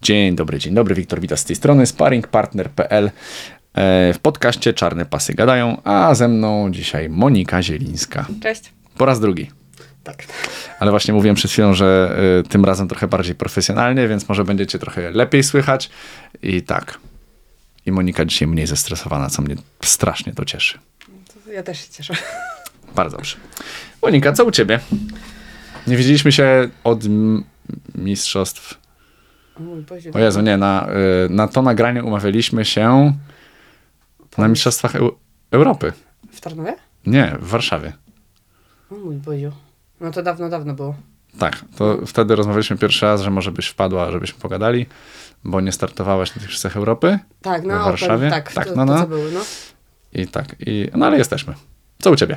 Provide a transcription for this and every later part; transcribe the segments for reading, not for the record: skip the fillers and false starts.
Dzień dobry, Wiktor Wita z tej strony, sparringpartner.pl. W podcaście Czarne Pasy Gadają, a ze mną dzisiaj Monika Zielińska. Cześć. Po raz drugi. Tak. Ale właśnie mówiłem przed chwilą, że tym razem trochę bardziej profesjonalnie, więc może będziecie trochę lepiej słychać. I tak. I Monika dzisiaj mniej zestresowana, co mnie strasznie to cieszy. Ja też się cieszę. Bardzo dobrze. Monika, co u ciebie? Nie widzieliśmy się od mistrzostw. O Jezu, nie, na to nagranie umawialiśmy się na Mistrzostwach Europy. W Tarnowie? Nie, w Warszawie. O mój Boziu. No to dawno było. Tak, to wtedy rozmawialiśmy pierwszy raz, że może byś wpadła, żebyśmy pogadali, bo nie startowałaś na tych Mistrzostwach Europy. Tak, w na Warszawie. Open, tak, To, co były, no. I tak, no ale jesteśmy. Co u ciebie?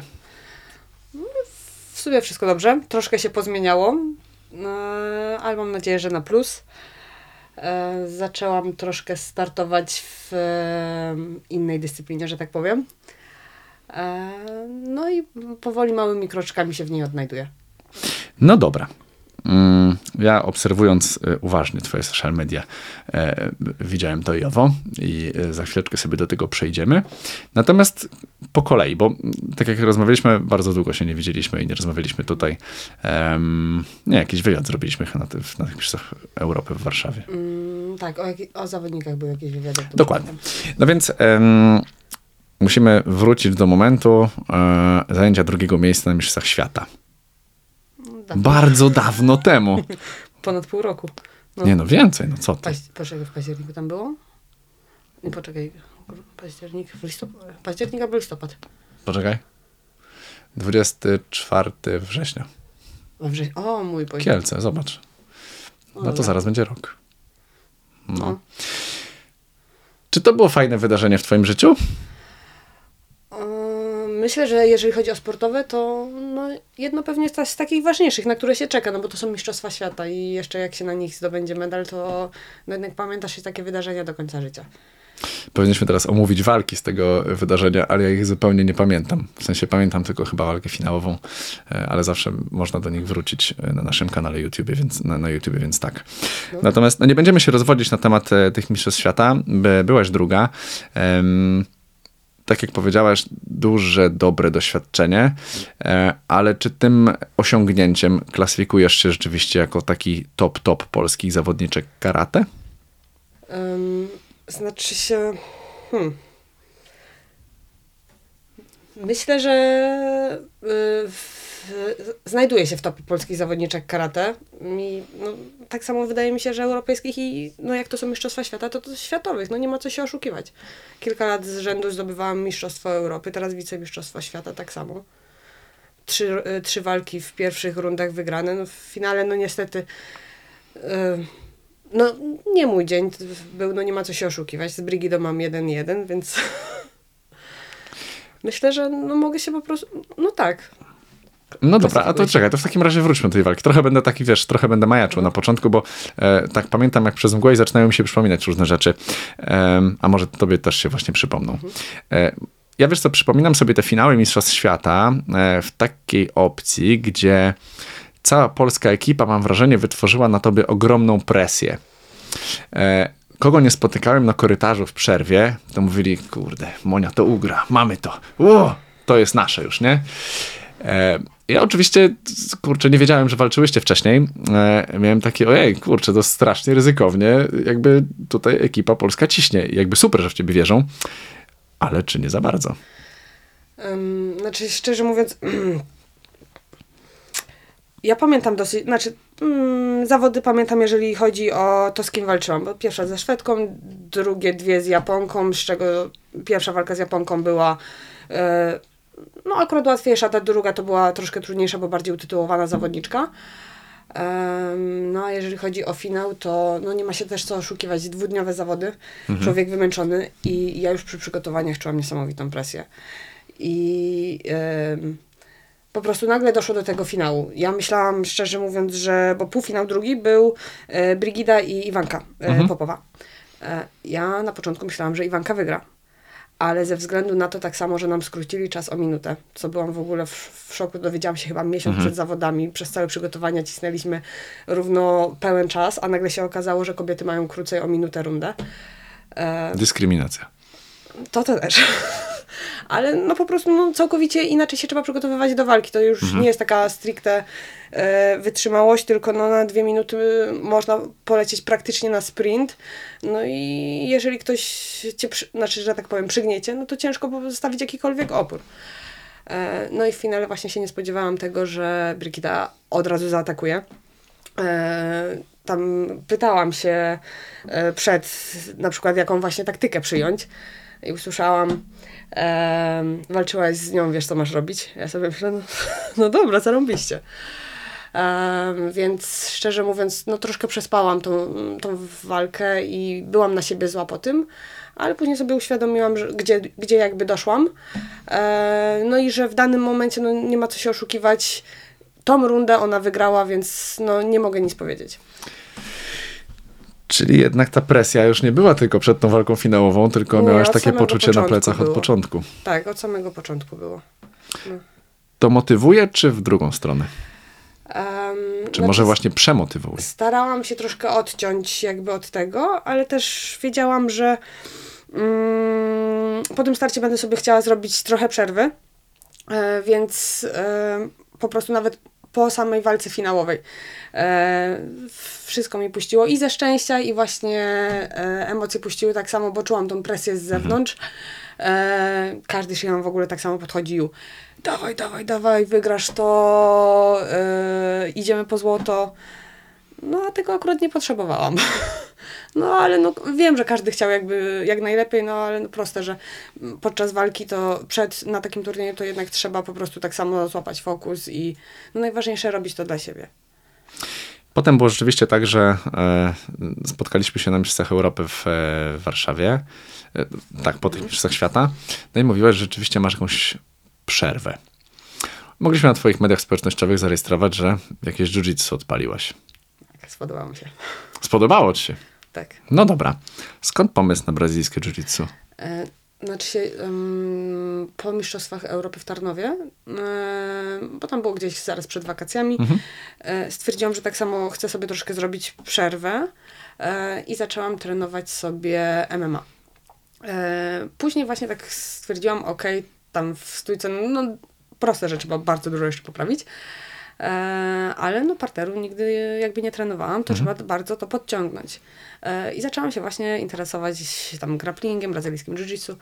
W sumie wszystko dobrze. Troszkę się pozmieniało, ale mam nadzieję, że na plus. Zaczęłam troszkę startować w innej dyscyplinie, że tak powiem. No i powoli małymi kroczkami się w niej odnajduję. No dobra. Ja obserwując uważnie twoje social media widziałem to i owo i za chwileczkę sobie do tego przejdziemy. Natomiast po kolei, bo tak jak rozmawialiśmy, bardzo długo się nie widzieliśmy i nie rozmawialiśmy tutaj. Nie, jakiś wywiad zrobiliśmy na tych Mistrzostwach Europy w Warszawie. Tak, o zawodnikach były jakieś wywiady. Dokładnie. No więc musimy wrócić do momentu zajęcia drugiego miejsca na Mistrzostwach Świata. Bardzo dawno temu. Ponad pół roku. No. Nie no, więcej, no co ty. Poczekaj, w październiku tam było? Nie, poczekaj. Październik albo listopad. Poczekaj. 24 września. O mój Boże. Kielce, zobacz. No to zaraz będzie rok. No. Czy to było fajne wydarzenie w twoim życiu? Myślę, że jeżeli chodzi o sportowe, to jedno pewnie z takich ważniejszych, na które się czeka, no bo to są Mistrzostwa Świata i jeszcze jak się na nich zdobędzie medal, to jednak pamiętasz się takie wydarzenia do końca życia. Powinniśmy teraz omówić walki z tego wydarzenia, ale ja ich zupełnie nie pamiętam. W sensie pamiętam tylko chyba walkę finałową, ale zawsze można do nich wrócić na naszym kanale YouTube, więc na YouTube, więc tak. No. Natomiast nie będziemy się rozwodzić na temat tych Mistrzostw Świata. Byłaś druga. Tak jak powiedziałaś, duże, dobre doświadczenie, ale czy tym osiągnięciem klasyfikujesz się rzeczywiście jako taki top polskich zawodniczek karate? Znaczy się... Myślę, że znajduję się w topie polskich zawodniczek karate. Tak samo wydaje mi się, że europejskich i jak to są Mistrzostwa Świata, to światowych. Nie ma co się oszukiwać. Kilka lat z rzędu zdobywałam Mistrzostwo Europy, teraz wicemistrzostwo świata tak samo. Trzy walki w pierwszych rundach wygrane. W finale niestety nie mój dzień był, nie ma co się oszukiwać. Z Brigidą mam 1-1, więc myślę, że mogę się po prostu... tak. No dobra, a to czekaj, to w takim razie wróćmy do tej walki. Trochę będę taki, trochę będę majaczył na początku, bo tak pamiętam, jak przez mgłę i zaczynają mi się przypominać różne rzeczy. A może tobie też się właśnie przypomną. Ja przypominam sobie te finały Mistrzostw Świata w takiej opcji, gdzie cała polska ekipa, mam wrażenie, wytworzyła na tobie ogromną presję. Kogo nie spotykałem na korytarzu w przerwie, to mówili, kurde, Monia to ugra, mamy to. To jest nasze już, nie? Ja oczywiście, nie wiedziałem, że walczyłyście wcześniej. Miałem takie, ojej, to strasznie ryzykownie, jakby tutaj ekipa polska ciśnie. Jakby super, że w ciebie wierzą, ale czy nie za bardzo? Szczerze mówiąc, ja pamiętam dosyć, zawody pamiętam, jeżeli chodzi o to, z kim walczyłam. Bo pierwsza ze Szwedką, drugie dwie z Japonką, z czego pierwsza walka z Japonką była akurat łatwiejsza, ta druga to była troszkę trudniejsza, bo bardziej utytułowana zawodniczka. A jeżeli chodzi o finał, to nie ma się też co oszukiwać. Dwudniowe zawody, człowiek wymęczony i ja już przy przygotowaniach czułam niesamowitą presję. I po prostu nagle doszło do tego finału. Ja myślałam, szczerze mówiąc, bo półfinał drugi był Brigida i Iwanka Popowa. Ja na początku myślałam, że Iwanka wygra. ale ze względu na to tak samo, że nam skrócili czas o minutę, co byłam w ogóle w szoku, dowiedziałam się chyba miesiąc przed zawodami, przez całe przygotowania cisnęliśmy równo pełen czas, a nagle się okazało, że kobiety mają krócej o minutę rundę. Dyskryminacja. To też. Ale no po prostu no, całkowicie inaczej się trzeba przygotowywać do walki. To już nie jest taka stricte wytrzymałość, tylko no, na 2 minuty można polecieć praktycznie na sprint. No i jeżeli ktoś cię, że tak powiem, przygniecie, no to ciężko postawić jakikolwiek opór. No i w finale właśnie się nie spodziewałam tego, że Brigida od razu zaatakuje. Tam pytałam się na przykład jaką właśnie taktykę przyjąć. I usłyszałam, walczyłaś z nią, wiesz co masz robić? Ja sobie myślę, no dobra, zarąbiście. Więc szczerze mówiąc, no troszkę przespałam tą walkę i byłam na siebie zła po tym, ale później sobie uświadomiłam, że gdzie jakby doszłam. No i że w danym momencie no, nie ma co się oszukiwać. Tą rundę ona wygrała, więc no, nie mogę nic powiedzieć. Czyli jednak ta presja już nie była tylko przed tą walką finałową, tylko nie, miałaś takie poczucie na plecach było. Od początku. Tak, od samego początku było. No. To motywuje, czy w drugą stronę? Czy może właśnie przemotywuje? Starałam się troszkę odciąć jakby od tego, ale też wiedziałam, że po tym starcie będę sobie chciała zrobić trochę przerwy, więc po prostu nawet po samej walce finałowej wszystko mi puściło i ze szczęścia i właśnie emocje puściły tak samo, bo czułam tą presję z zewnątrz. Każdy się nam w ogóle tak samo podchodził. Dawaj, wygrasz to, idziemy po złoto. No a tego akurat nie potrzebowałam. No ale no, wiem, że każdy chciał jakby jak najlepiej, no ale no, proste, że podczas walki to na takim turnieju to jednak trzeba po prostu tak samo złapać fokus i no, najważniejsze robić to dla siebie. Potem było rzeczywiście tak, że spotkaliśmy się na Mistrzostwach Europy w Warszawie, tak, po tych Mistrzostwach Świata, no i mówiłaś, że rzeczywiście masz jakąś przerwę. Mogliśmy na twoich mediach społecznościowych zarejestrować, że jakieś jiu-jitsu odpaliłaś. Spodobało mi się. Spodobało ci się? Tak. No dobra. Skąd pomysł na brazylijskie jiu-jitsu? Znaczy się po Mistrzostwach Europy w Tarnowie, bo tam było gdzieś zaraz przed wakacjami, stwierdziłam, że tak samo chcę sobie troszkę zrobić przerwę i zaczęłam trenować sobie MMA. Później właśnie tak stwierdziłam, tam w stójce, no proste rzeczy, bo bardzo dużo jeszcze poprawić, ale no parteru nigdy jakby nie trenowałam, to trzeba bardzo to podciągnąć. I zaczęłam się właśnie interesować tam grapplingiem, brazylijskim jiu-jitsu.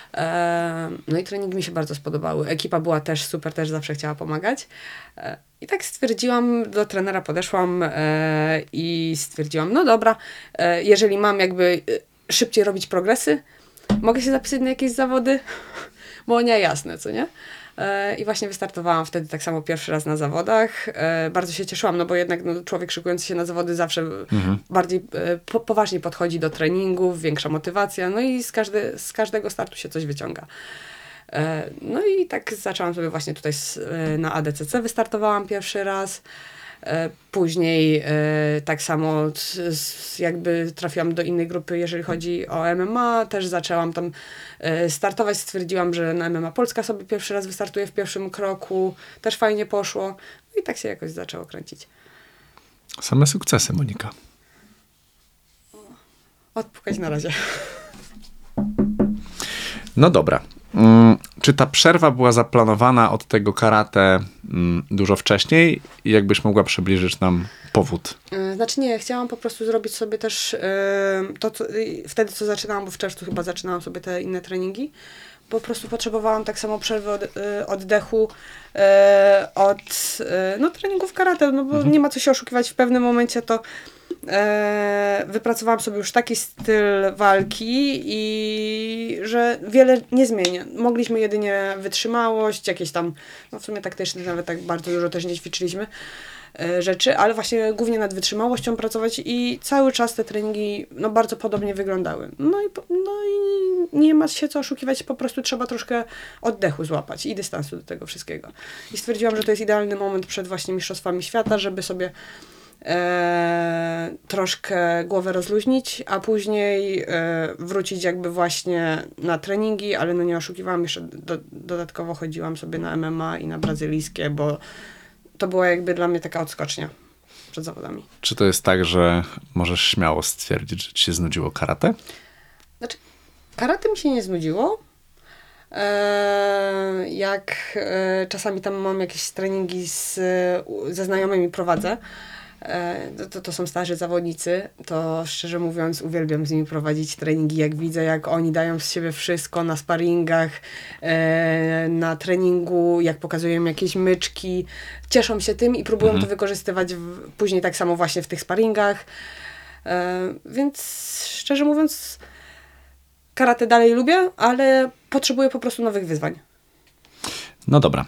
No i treningi mi się bardzo spodobały. Ekipa była też super, też zawsze chciała pomagać. I tak stwierdziłam, do trenera podeszłam i stwierdziłam, no dobra, jeżeli mam jakby szybciej robić progresy, mogę się zapisać na jakieś zawody? Bo nie jasne, co nie? I właśnie wystartowałam wtedy tak samo pierwszy raz na zawodach. Bardzo się cieszyłam, no bo jednak no, człowiek szykujący się na zawody zawsze bardziej poważnie podchodzi do treningów, większa motywacja, no i z każdego startu się coś wyciąga. No i tak zaczęłam sobie właśnie tutaj na ADCC wystartowałam pierwszy raz. Później tak samo jakby trafiłam do innej grupy, jeżeli chodzi o MMA. Też zaczęłam tam startować. Stwierdziłam, że na MMA Polska sobie pierwszy raz wystartuję w pierwszym kroku. Też fajnie poszło. No i tak się jakoś zaczęło kręcić. Same sukcesy, Monika. Odpukać na razie. No dobra. Czy ta przerwa była zaplanowana od tego karate dużo wcześniej? I jakbyś mogła przybliżyć nam powód? Znaczy nie, chciałam po prostu zrobić sobie też wtedy co zaczynałam, bo w czerwcu chyba zaczynałam sobie te inne treningi. Po prostu potrzebowałam tak samo przerwy oddechu od treningów karate, no bo nie ma co się oszukiwać, w pewnym momencie to wypracowałam sobie już taki styl walki i że wiele nie zmienię. Mogliśmy jedynie wytrzymałość, jakieś tam, no w sumie taktyczne nawet tak bardzo dużo też nie ćwiczyliśmy rzeczy, ale właśnie głównie nad wytrzymałością pracować i cały czas te treningi no bardzo podobnie wyglądały. No i nie ma się co oszukiwać, po prostu trzeba troszkę oddechu złapać i dystansu do tego wszystkiego. I stwierdziłam, że to jest idealny moment przed właśnie Mistrzostwami Świata, żeby sobie troszkę głowę rozluźnić, a później wrócić jakby właśnie na treningi, ale no nie oszukiwałam, jeszcze dodatkowo chodziłam sobie na MMA i na brazylijskie, bo to była jakby dla mnie taka odskocznia przed zawodami. Czy to jest tak, że możesz śmiało stwierdzić, że ci się znudziło karate? Znaczy, karate mi się nie znudziło. Jak czasami tam mam jakieś treningi ze znajomymi prowadzę, to są starzy zawodnicy, to szczerze mówiąc uwielbiam z nimi prowadzić treningi, jak widzę, jak oni dają z siebie wszystko na sparingach, na treningu, jak pokazują jakieś myczki, cieszą się tym i próbują to wykorzystywać później tak samo właśnie w tych sparingach, więc szczerze mówiąc karate dalej lubię, ale potrzebuję po prostu nowych wyzwań. No dobra.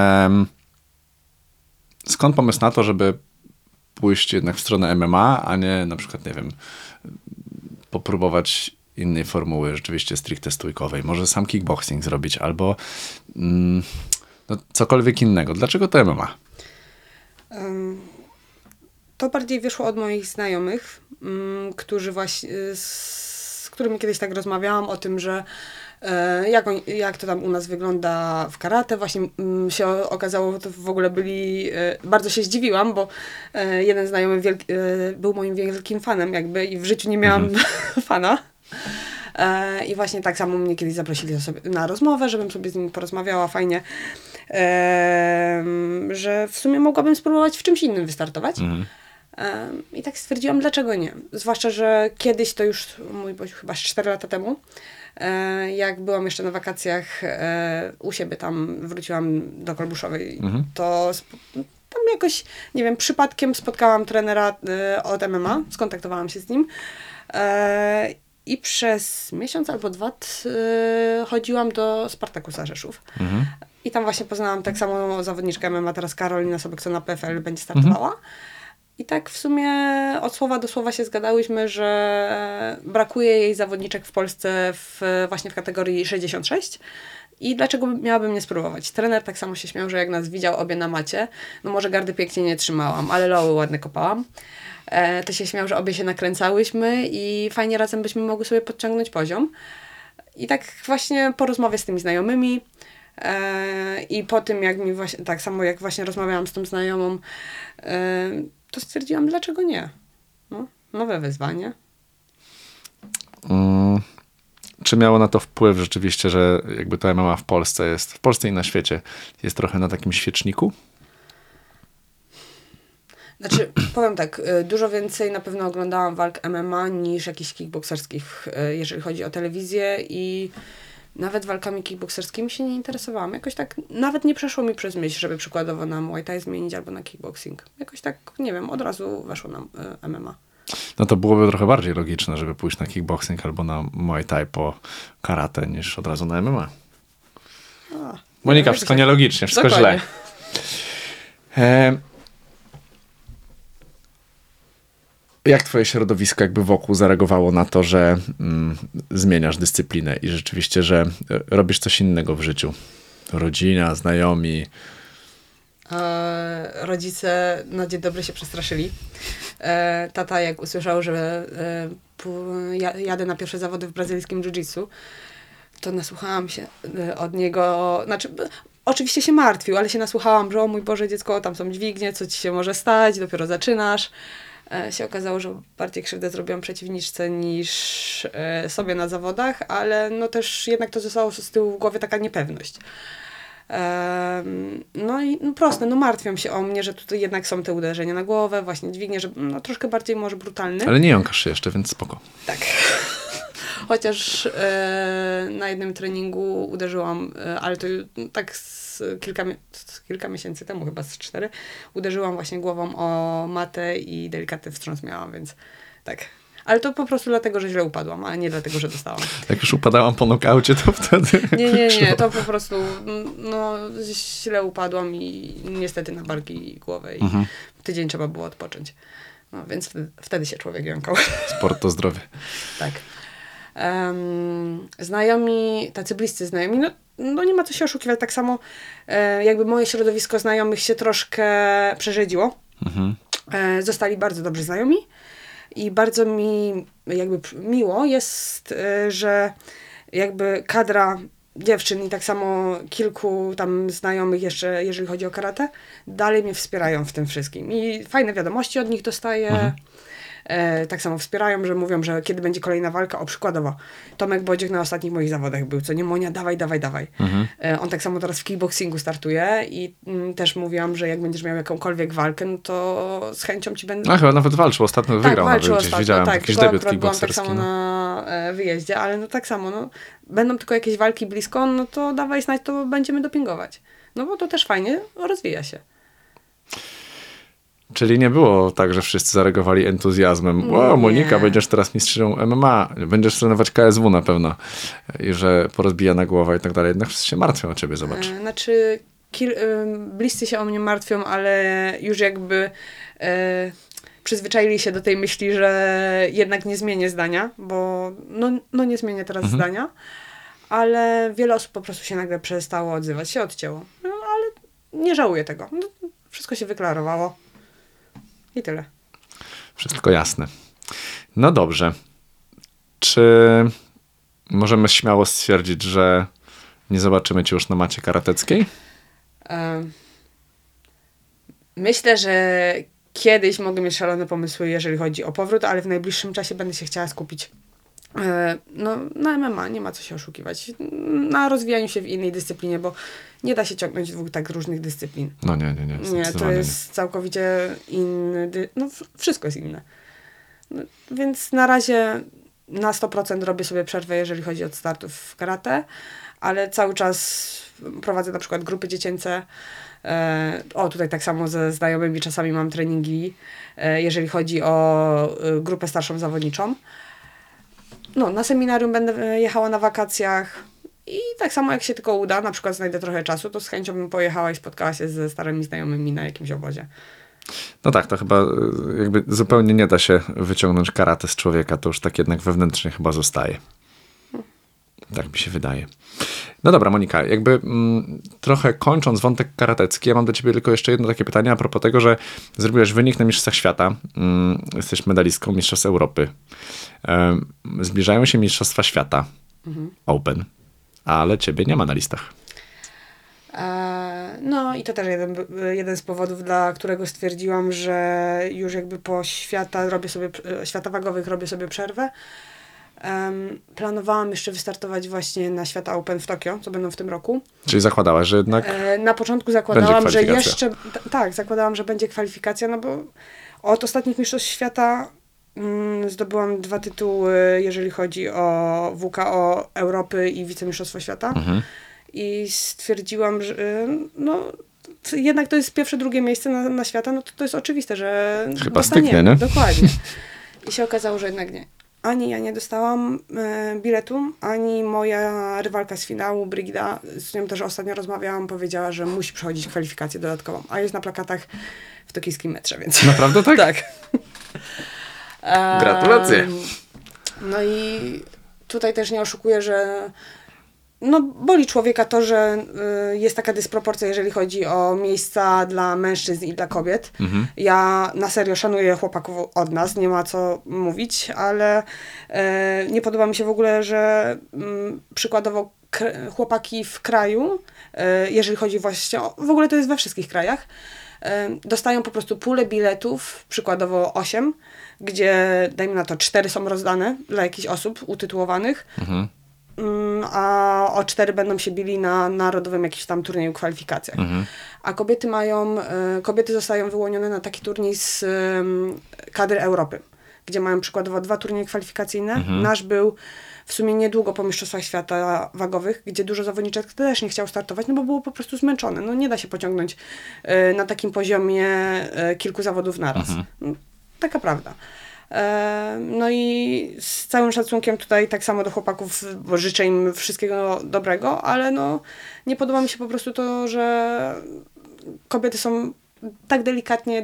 Skąd pomysł na to, żeby pójść jednak w stronę MMA, a nie na przykład, nie wiem, popróbować innej formuły rzeczywiście stricte stójkowej? Może sam kickboxing zrobić albo no, cokolwiek innego. Dlaczego to MMA? To bardziej wyszło od moich znajomych, którzy właśnie, z którymi kiedyś tak rozmawiałam o tym, że jak to tam u nas wygląda w karate. Właśnie się okazało, to w ogóle bardzo się zdziwiłam, bo jeden znajomy był moim wielkim fanem jakby i w życiu nie miałam fana. I właśnie tak samo mnie kiedyś zaprosili na rozmowę, żebym sobie z nim porozmawiała fajnie, że w sumie mogłabym spróbować w czymś innym wystartować. I tak stwierdziłam, dlaczego nie. Zwłaszcza, że kiedyś, to już chyba 4 lata temu, jak byłam jeszcze na wakacjach u siebie tam, wróciłam do Kolbuszowej, to tam jakoś, nie wiem, przypadkiem spotkałam trenera od MMA, skontaktowałam się z nim i przez miesiąc albo 2 chodziłam do Spartakusa Rzeszów. I tam właśnie poznałam tak samo zawodniczkę MMA, teraz Karolina Sobek, co na PFL będzie startowała. I tak w sumie od słowa do słowa się zgadałyśmy, że brakuje jej zawodniczek w Polsce właśnie w kategorii 66. I dlaczego miałabym nie spróbować? Trener tak samo się śmiał, że jak nas widział obie na macie, no może gardy pięknie nie trzymałam, ale loły ładne kopałam. To się śmiał, że obie się nakręcałyśmy i fajnie razem byśmy mogły sobie podciągnąć poziom. I tak właśnie po rozmowie z tymi znajomymi i po tym, jak mi właśnie, tak samo jak właśnie rozmawiałam z tą znajomą, to stwierdziłam, dlaczego nie? No, nowe wyzwanie. Czy miało na to wpływ rzeczywiście, że jakby to MMA w Polsce i na świecie jest trochę na takim świeczniku? Znaczy, powiem tak, dużo więcej na pewno oglądałam walk MMA niż jakichś kickbokserskich, jeżeli chodzi o telewizję i nawet walkami kickbokserskimi się nie interesowałam. Jakoś tak, nawet nie przeszło mi przez myśl, żeby przykładowo na Muay Thai zmienić albo na kickboxing. Jakoś tak, nie wiem, od razu weszło na MMA. No to byłoby trochę bardziej logiczne, żeby pójść na kickboxing albo na Muay Thai po karate, niż od razu na MMA. Monika, wszystko nielogicznie, wszystko źle. Jak twoje środowisko jakby wokół zareagowało na to, że zmieniasz dyscyplinę i rzeczywiście, że robisz coś innego w życiu? Rodzina, znajomi. Rodzice na dzień dobry się przestraszyli. Tata jak usłyszał, że jadę na pierwsze zawody w brazylijskim jiu-jitsu, to nasłuchałam się od niego, znaczy oczywiście się martwił, ale się nasłuchałam, że o mój Boże dziecko, tam są dźwignie, co ci się może stać, dopiero zaczynasz. Się okazało, że bardziej krzywdę zrobiłam przeciwniczce niż sobie na zawodach, ale no też jednak to zostało z tyłu w głowie taka niepewność. No i no proste, no martwią się o mnie, że tutaj jednak są te uderzenia na głowę, właśnie dźwignie, że no troszkę bardziej może brutalny. Ale nie jąkasz się jeszcze, więc spoko. Tak. Chociaż na jednym treningu uderzyłam, ale to tak kilka miesięcy temu, chyba z 4, uderzyłam właśnie głową o matę i delikatny wstrząs miałam, więc tak. Ale to po prostu dlatego, że źle upadłam, a nie dlatego, że dostałam. Jak już upadałam po nokaucie, to wtedy... Nie, to po prostu no, źle upadłam i niestety na barki i głowę i tydzień trzeba było odpocząć. No, więc wtedy się człowiek jąkał. Sport to zdrowie. Tak. Znajomi, tacy bliscy znajomi, no nie ma co się oszukiwać, tak samo jakby moje środowisko znajomych się troszkę przerzedziło. Zostali bardzo dobrzy znajomi i bardzo mi jakby miło jest, że jakby kadra dziewczyn i tak samo kilku tam znajomych jeszcze, jeżeli chodzi o karate, dalej mnie wspierają w tym wszystkim. I fajne wiadomości od nich dostaję. Tak samo wspierają, że mówią, że kiedy będzie kolejna walka, przykładowo Tomek Bodziek na ostatnich moich zawodach był, co nie, Monia, dawaj. On tak samo teraz w kickboxingu startuje i też mówiłam, że jak będziesz miał jakąkolwiek walkę, no to z chęcią ci będę... Chyba nawet walczył, ostatnio wygrał nawet gdzieś, widziałem jakiś debiut kickboxerski. Tak samo na wyjeździe, ale no tak samo, no będą tylko jakieś walki blisko, no to dawaj znać, to będziemy dopingować. No bo to też fajnie rozwija się. Czyli nie było tak, że wszyscy zareagowali entuzjazmem. Wow, Monika, będziesz teraz mistrzynią MMA, będziesz trenować KSW na pewno i że porozbijana głowa i tak dalej. Jednak wszyscy się martwią o ciebie, zobacz. Znaczy, bliscy się o mnie martwią, ale już jakby przyzwyczaili się do tej myśli, że jednak nie zmienię zdania, bo no nie zmienię teraz zdania, ale wiele osób po prostu się nagle przestało odzywać, się odcięło. No, ale nie żałuję tego. No, wszystko się wyklarowało. I tyle. Wszystko jasne. No dobrze. Czy możemy śmiało stwierdzić, że nie zobaczymy cię już na macie karateckiej? Myślę, że kiedyś mogę mieć szalone pomysły, jeżeli chodzi o powrót, ale w najbliższym czasie będę się chciała skupić na MMA, nie ma co się oszukiwać. Na rozwijaniu się w innej dyscyplinie, bo nie da się ciągnąć dwóch tak różnych dyscyplin. No nie. Nie, to jest całkowicie inny, wszystko jest inne. No, więc na razie na 100% robię sobie przerwę, jeżeli chodzi o startów w karate, ale cały czas prowadzę na przykład grupy dziecięce. Tutaj tak samo ze znajomymi czasami mam treningi, jeżeli chodzi o grupę starszą zawodniczą. No, na seminarium będę jechała na wakacjach i tak samo jak się tylko uda, na przykład znajdę trochę czasu, to z chęcią bym pojechała i spotkała się ze starymi znajomymi na jakimś obozie. No tak, to chyba jakby zupełnie nie da się wyciągnąć karate z człowieka, to już tak jednak wewnętrznie chyba zostaje. Tak mi się wydaje. No dobra, Monika, jakby trochę kończąc wątek karatecki, ja mam do ciebie tylko jeszcze jedno takie pytanie a propos tego, że zrobiłeś wynik na Mistrzostwach Świata. Jesteś medalistką Mistrzostw Europy. Zbliżają się Mistrzostwa Świata Open, ale ciebie nie ma na listach. No i to też jeden z powodów, dla którego stwierdziłam, że już jakby po świata wagowych robię sobie przerwę. Planowałam jeszcze wystartować właśnie na Świata Open w Tokio, co będą w tym roku. Czyli zakładałaś, że jednak na początku zakładałam, że jeszcze... Tak, zakładałam, że będzie kwalifikacja, no bo od ostatnich mistrzostw świata zdobyłam 2 tytuły, jeżeli chodzi o WKO Europy i wicemistrzostwo świata. I stwierdziłam, że jednak to jest pierwsze, drugie miejsce na świata, no to jest oczywiste, że chyba styknie, nie? Dokładnie. I się okazało, że jednak nie. Ani ja nie dostałam biletu, ani moja rywalka z finału, Brigida, z którą też ostatnio rozmawiałam, powiedziała, że musi przechodzić kwalifikację dodatkową, a jest na plakatach w tokijskim metrze, więc... Naprawdę tak? Tak. Gratulacje. No i tutaj też nie oszukuję, że boli człowieka to, że jest taka dysproporcja, jeżeli chodzi o miejsca dla mężczyzn i dla kobiet. Ja na serio szanuję chłopaków od nas, nie ma co mówić, ale nie podoba mi się w ogóle, że przykładowo chłopaki w kraju, jeżeli chodzi właśnie w ogóle to jest we wszystkich krajach, dostają po prostu pulę biletów, przykładowo 8, gdzie dajmy na to 4 są rozdane dla jakichś osób utytułowanych, a o 4 będą się bili na narodowym jakimś tam turnieju, kwalifikacjach. A kobiety zostają wyłonione na taki turniej z kadry Europy, gdzie mają przykładowo 2 turnieje kwalifikacyjne. Nasz był w sumie niedługo po Mistrzostwach Świata wagowych, gdzie dużo zawodniczek też nie chciało startować, bo było po prostu zmęczone. Nie da się pociągnąć na takim poziomie kilku zawodów naraz. Taka prawda. No i z całym szacunkiem tutaj tak samo do chłopaków, bo życzę im wszystkiego dobrego, ale nie podoba mi się po prostu to, że kobiety są tak delikatnie,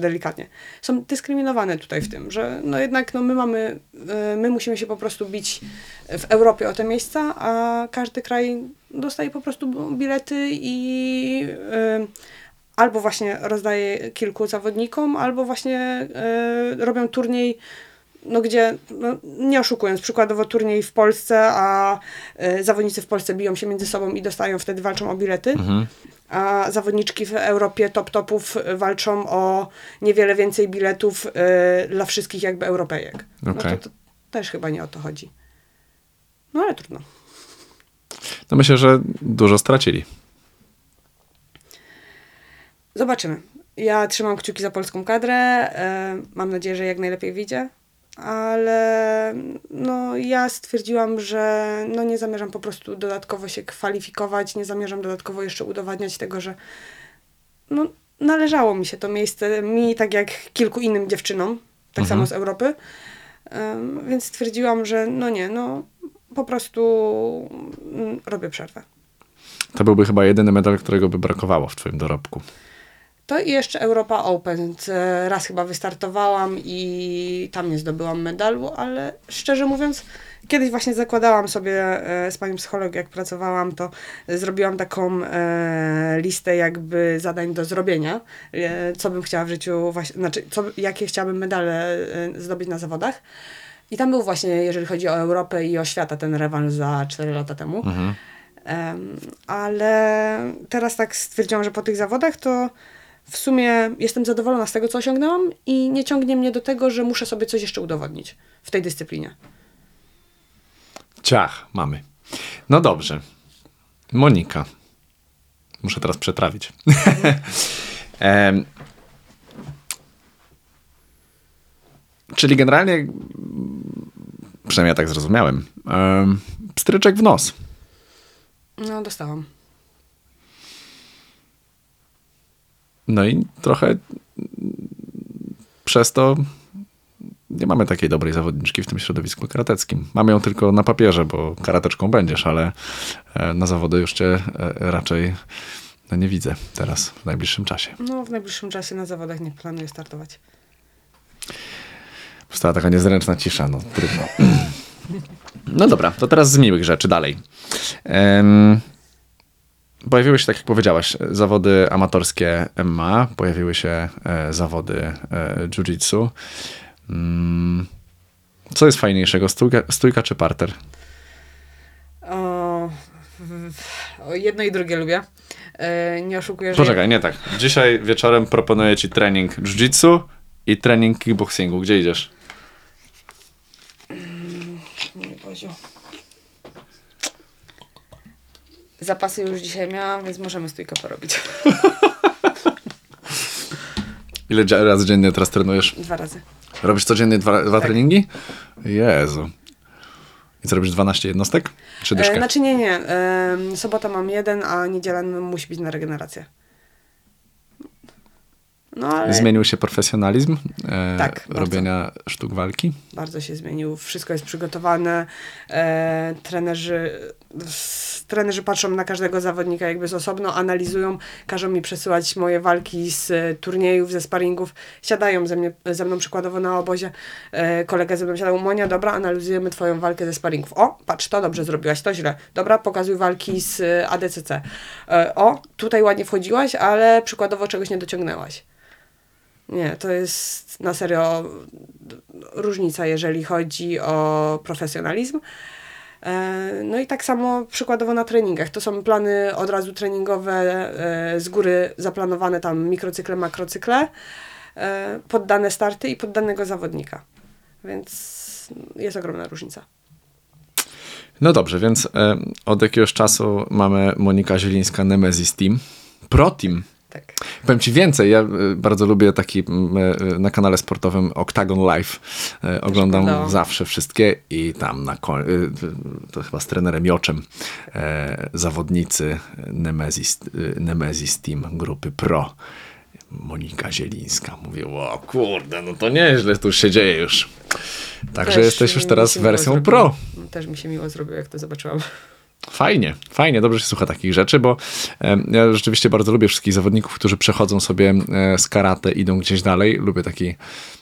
są dyskryminowane tutaj w tym, że jednak my musimy się po prostu bić w Europie o te miejsca, a każdy kraj dostaje po prostu bilety albo właśnie rozdaje kilku zawodnikom, albo właśnie robią turniej, no gdzie, no, nie oszukując, przykładowo turniej w Polsce, a zawodnicy w Polsce biją się między sobą i dostają, wtedy walczą o bilety, a zawodniczki w Europie topów walczą o niewiele więcej biletów dla wszystkich jakby Europejek. No to też chyba nie o to chodzi. No ale trudno. No myślę, że dużo stracili. Zobaczymy. Ja trzymam kciuki za polską kadrę. Mam nadzieję, że jak najlepiej wyjdzie. Ale no, ja stwierdziłam, że no, nie zamierzam po prostu dodatkowo się kwalifikować. Nie zamierzam dodatkowo jeszcze udowadniać tego, że no, należało mi się to miejsce. Mi, tak jak kilku innym dziewczynom. Tak samo z Europy. Więc stwierdziłam, że no nie, no po prostu robię przerwę. To byłby chyba jedyny medal, którego by brakowało w twoim dorobku. To i jeszcze Europa Open. Raz chyba wystartowałam i tam nie zdobyłam medalu, ale szczerze mówiąc, kiedyś właśnie zakładałam sobie z panią psycholog, jak pracowałam, to zrobiłam taką listę jakby zadań do zrobienia, co bym chciała w życiu, znaczy jakie chciałabym medale zdobyć na zawodach. I tam był właśnie, jeżeli chodzi o Europę i o świata, ten rewanż za 4 lata temu. Ale teraz tak stwierdziłam, że po tych zawodach to w sumie jestem zadowolona z tego, co osiągnęłam i nie ciągnie mnie do tego, że muszę sobie coś jeszcze udowodnić w tej dyscyplinie. Ciach, mamy. No dobrze. Monika. Muszę teraz przetrawić. Czyli generalnie, przynajmniej ja tak zrozumiałem, pstryczek w nos. No, dostałam. No i trochę przez to nie mamy takiej dobrej zawodniczki w tym środowisku karateckim. Mamy ją tylko na papierze, bo karateczką będziesz, ale na zawody już cię raczej nie widzę teraz, w najbliższym czasie. No, w najbliższym czasie na zawodach nie planuję startować. Powstała taka niezręczna cisza, no trudno. No dobra, to teraz z miłych rzeczy dalej. Pojawiły się, tak jak powiedziałaś, zawody amatorskie MMA, pojawiły się zawody jiu-jitsu. Co jest fajniejszego, stójka czy parter? Jedno i drugie lubię. Nie oszukuję, że... Poczekaj, nie tak. Dzisiaj wieczorem proponuję ci trening jiu-jitsu i trening kickboxingu. Gdzie idziesz? Mój Boziu. Zapasy już dzisiaj miałam, więc możemy stójkę porobić. Ile razy dziennie teraz trenujesz? 2 razy. Robisz codziennie dwa treningi? Jezu. I co, robisz 12 jednostek? Czy dyszkę? Znaczy nie. Sobota mam 1, a niedziela musi być na regenerację. No, ale... Zmienił się profesjonalizm tak, robienia sztuk walki? Bardzo się zmienił. Wszystko jest przygotowane. Trenerzy patrzą na każdego zawodnika jakby z osobno, analizują, każą mi przesyłać moje walki z turniejów, ze sparingów. Siadają ze mną przykładowo na obozie. Kolega ze mną siadał, Monia, dobra, analizujemy twoją walkę ze sparingów. O, patrz, to dobrze zrobiłaś, to źle. Dobra, pokazuj walki z ADCC. O, tutaj ładnie wchodziłaś, ale przykładowo czegoś nie dociągnęłaś. Nie, to jest na serio różnica, jeżeli chodzi o profesjonalizm. No i tak samo przykładowo na treningach. To są plany od razu treningowe, z góry zaplanowane tam mikrocykle, makrocykle, poddane starty i poddanego zawodnika. Więc jest ogromna różnica. No dobrze, więc od jakiegoś czasu mamy Monika Zielińska, Nemesis Team. Pro Team. Tak. Powiem ci więcej, ja bardzo lubię taki na kanale sportowym Octagon Live. Oglądam zawsze wszystkie i tam to chyba z trenerem Joczem zawodnicy Nemesis Team grupy Pro. Monika Zielińska. Mówię, o kurde, no to nieźle, tu już się dzieje już. Także jesteś już teraz wersją Pro. Też mi się miło zrobiło, jak to zobaczyłam. Fajnie, dobrze się słucha takich rzeczy, bo ja rzeczywiście bardzo lubię wszystkich zawodników, którzy przechodzą sobie z karate, idą gdzieś dalej. Lubię taki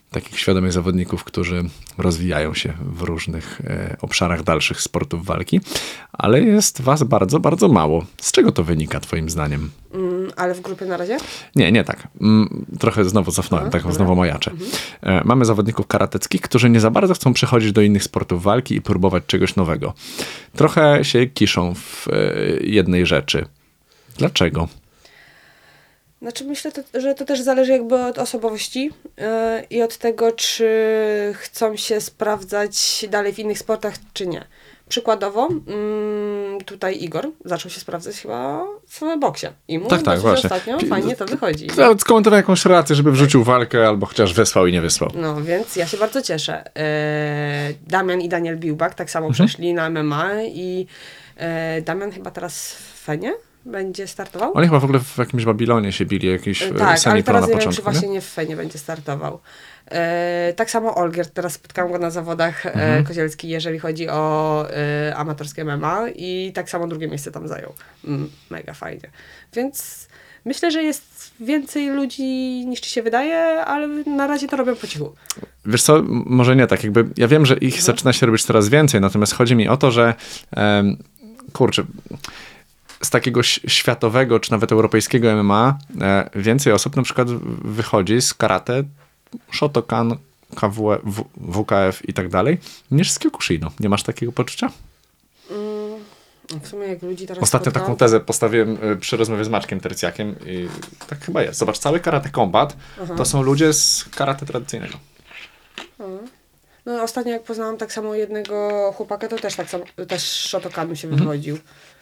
takich świadomych zawodników, którzy rozwijają się w różnych obszarach dalszych sportów walki, ale jest was bardzo, bardzo mało. Z czego to wynika twoim zdaniem? Ale w grupie na razie? Nie tak. Trochę znowu cofnąłem, znowu majaczę. Mamy zawodników karateckich, którzy nie za bardzo chcą przechodzić do innych sportów walki i próbować czegoś nowego. Trochę się kiszą w jednej rzeczy. Dlaczego? Znaczy myślę, że to też zależy jakby od osobowości i od tego, czy chcą się sprawdzać dalej w innych sportach, czy nie. Przykładowo, tutaj Igor zaczął się sprawdzać chyba w boksie. I mu właśnie ostatnio fajnie to wychodzi. Nawet skomentował jakąś relację, żeby wrzucił walkę, albo chociaż wysłał i nie wysłał. No, więc ja się bardzo cieszę. Damian i Daniel Biłbak tak samo przeszli na MMA i Damian chyba teraz w Fenie będzie startował. Oni chyba w ogóle w jakimś Babilonie się bili, jakiś tak, ale teraz na nie początku, wiem, czy właśnie nie w Fenie będzie startował. Tak samo Olgierd, teraz spotkałam go na zawodach Kozielski, jeżeli chodzi o amatorskie MMA i tak samo drugie miejsce tam zajął. Mega fajnie. Więc myślę, że jest więcej ludzi niż ci się wydaje, ale na razie to robią po cichu. Wiesz co, może nie tak, jakby ja wiem, że ich zaczyna się robić coraz więcej, natomiast chodzi mi o to, że kurczę, z takiego światowego, czy nawet europejskiego MMA więcej osób na przykład wychodzi z karate, Shotokan, WKF i tak dalej, niż z Kyokushido. Nie masz takiego poczucia? W sumie jak ludzi teraz Ostatnio taką tezę postawiłem przy rozmowie z Maćkiem Tercjakiem i tak chyba jest. Zobacz, cały Karate Combat to są ludzie z karate tradycyjnego. No ostatnio jak poznałam tak samo jednego chłopaka, to też tak samo, też Shotokanu się wywodził.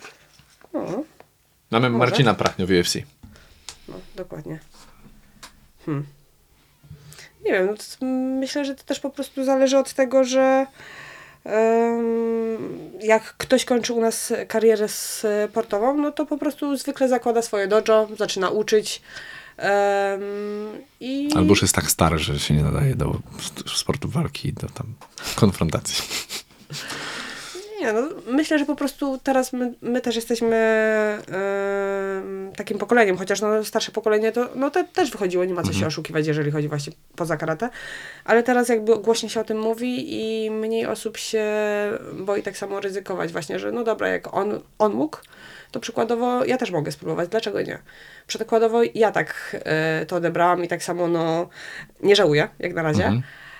Mamy może? Marcina Prachnio w UFC. No, dokładnie. Nie wiem, no myślę, że to też po prostu zależy od tego, że jak ktoś kończy u nas karierę sportową, no to po prostu zwykle zakłada swoje dojo, zaczyna uczyć. Albo już jest tak stary, że się nie nadaje do sportu walki, do tam konfrontacji. Nie, no myślę, że po prostu teraz my też jesteśmy takim pokoleniem, chociaż no, starsze pokolenie to no, też wychodziło, nie ma co się oszukiwać, jeżeli chodzi właśnie poza karate, ale teraz jakby głośniej się o tym mówi i mniej osób się boi tak samo ryzykować właśnie, że no dobra, jak on mógł, to przykładowo ja też mogę spróbować, dlaczego nie? Przykładowo ja tak to odebrałam i tak samo no nie żałuję, jak na razie.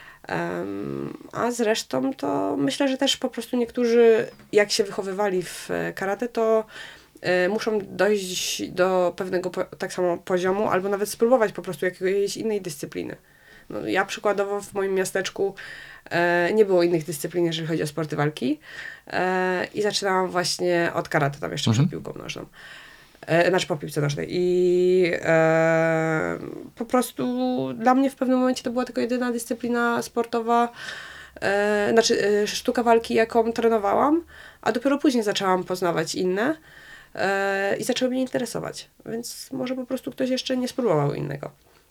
A zresztą to myślę, że też po prostu niektórzy, jak się wychowywali w karate, to muszą dojść do pewnego tak samo poziomu, albo nawet spróbować po prostu jakiejś innej dyscypliny. No, ja przykładowo w moim miasteczku nie było innych dyscyplin, jeżeli chodzi o sporty walki i zaczynałam właśnie od karate, tam jeszcze przed piłką nożną. Znaczy po piłce nożnej. I po prostu dla mnie w pewnym momencie to była tylko jedyna dyscyplina sportowa, sztuka walki, jaką trenowałam, a dopiero później zaczęłam poznawać inne i zaczęły mnie interesować. Więc może po prostu ktoś jeszcze nie spróbował innego.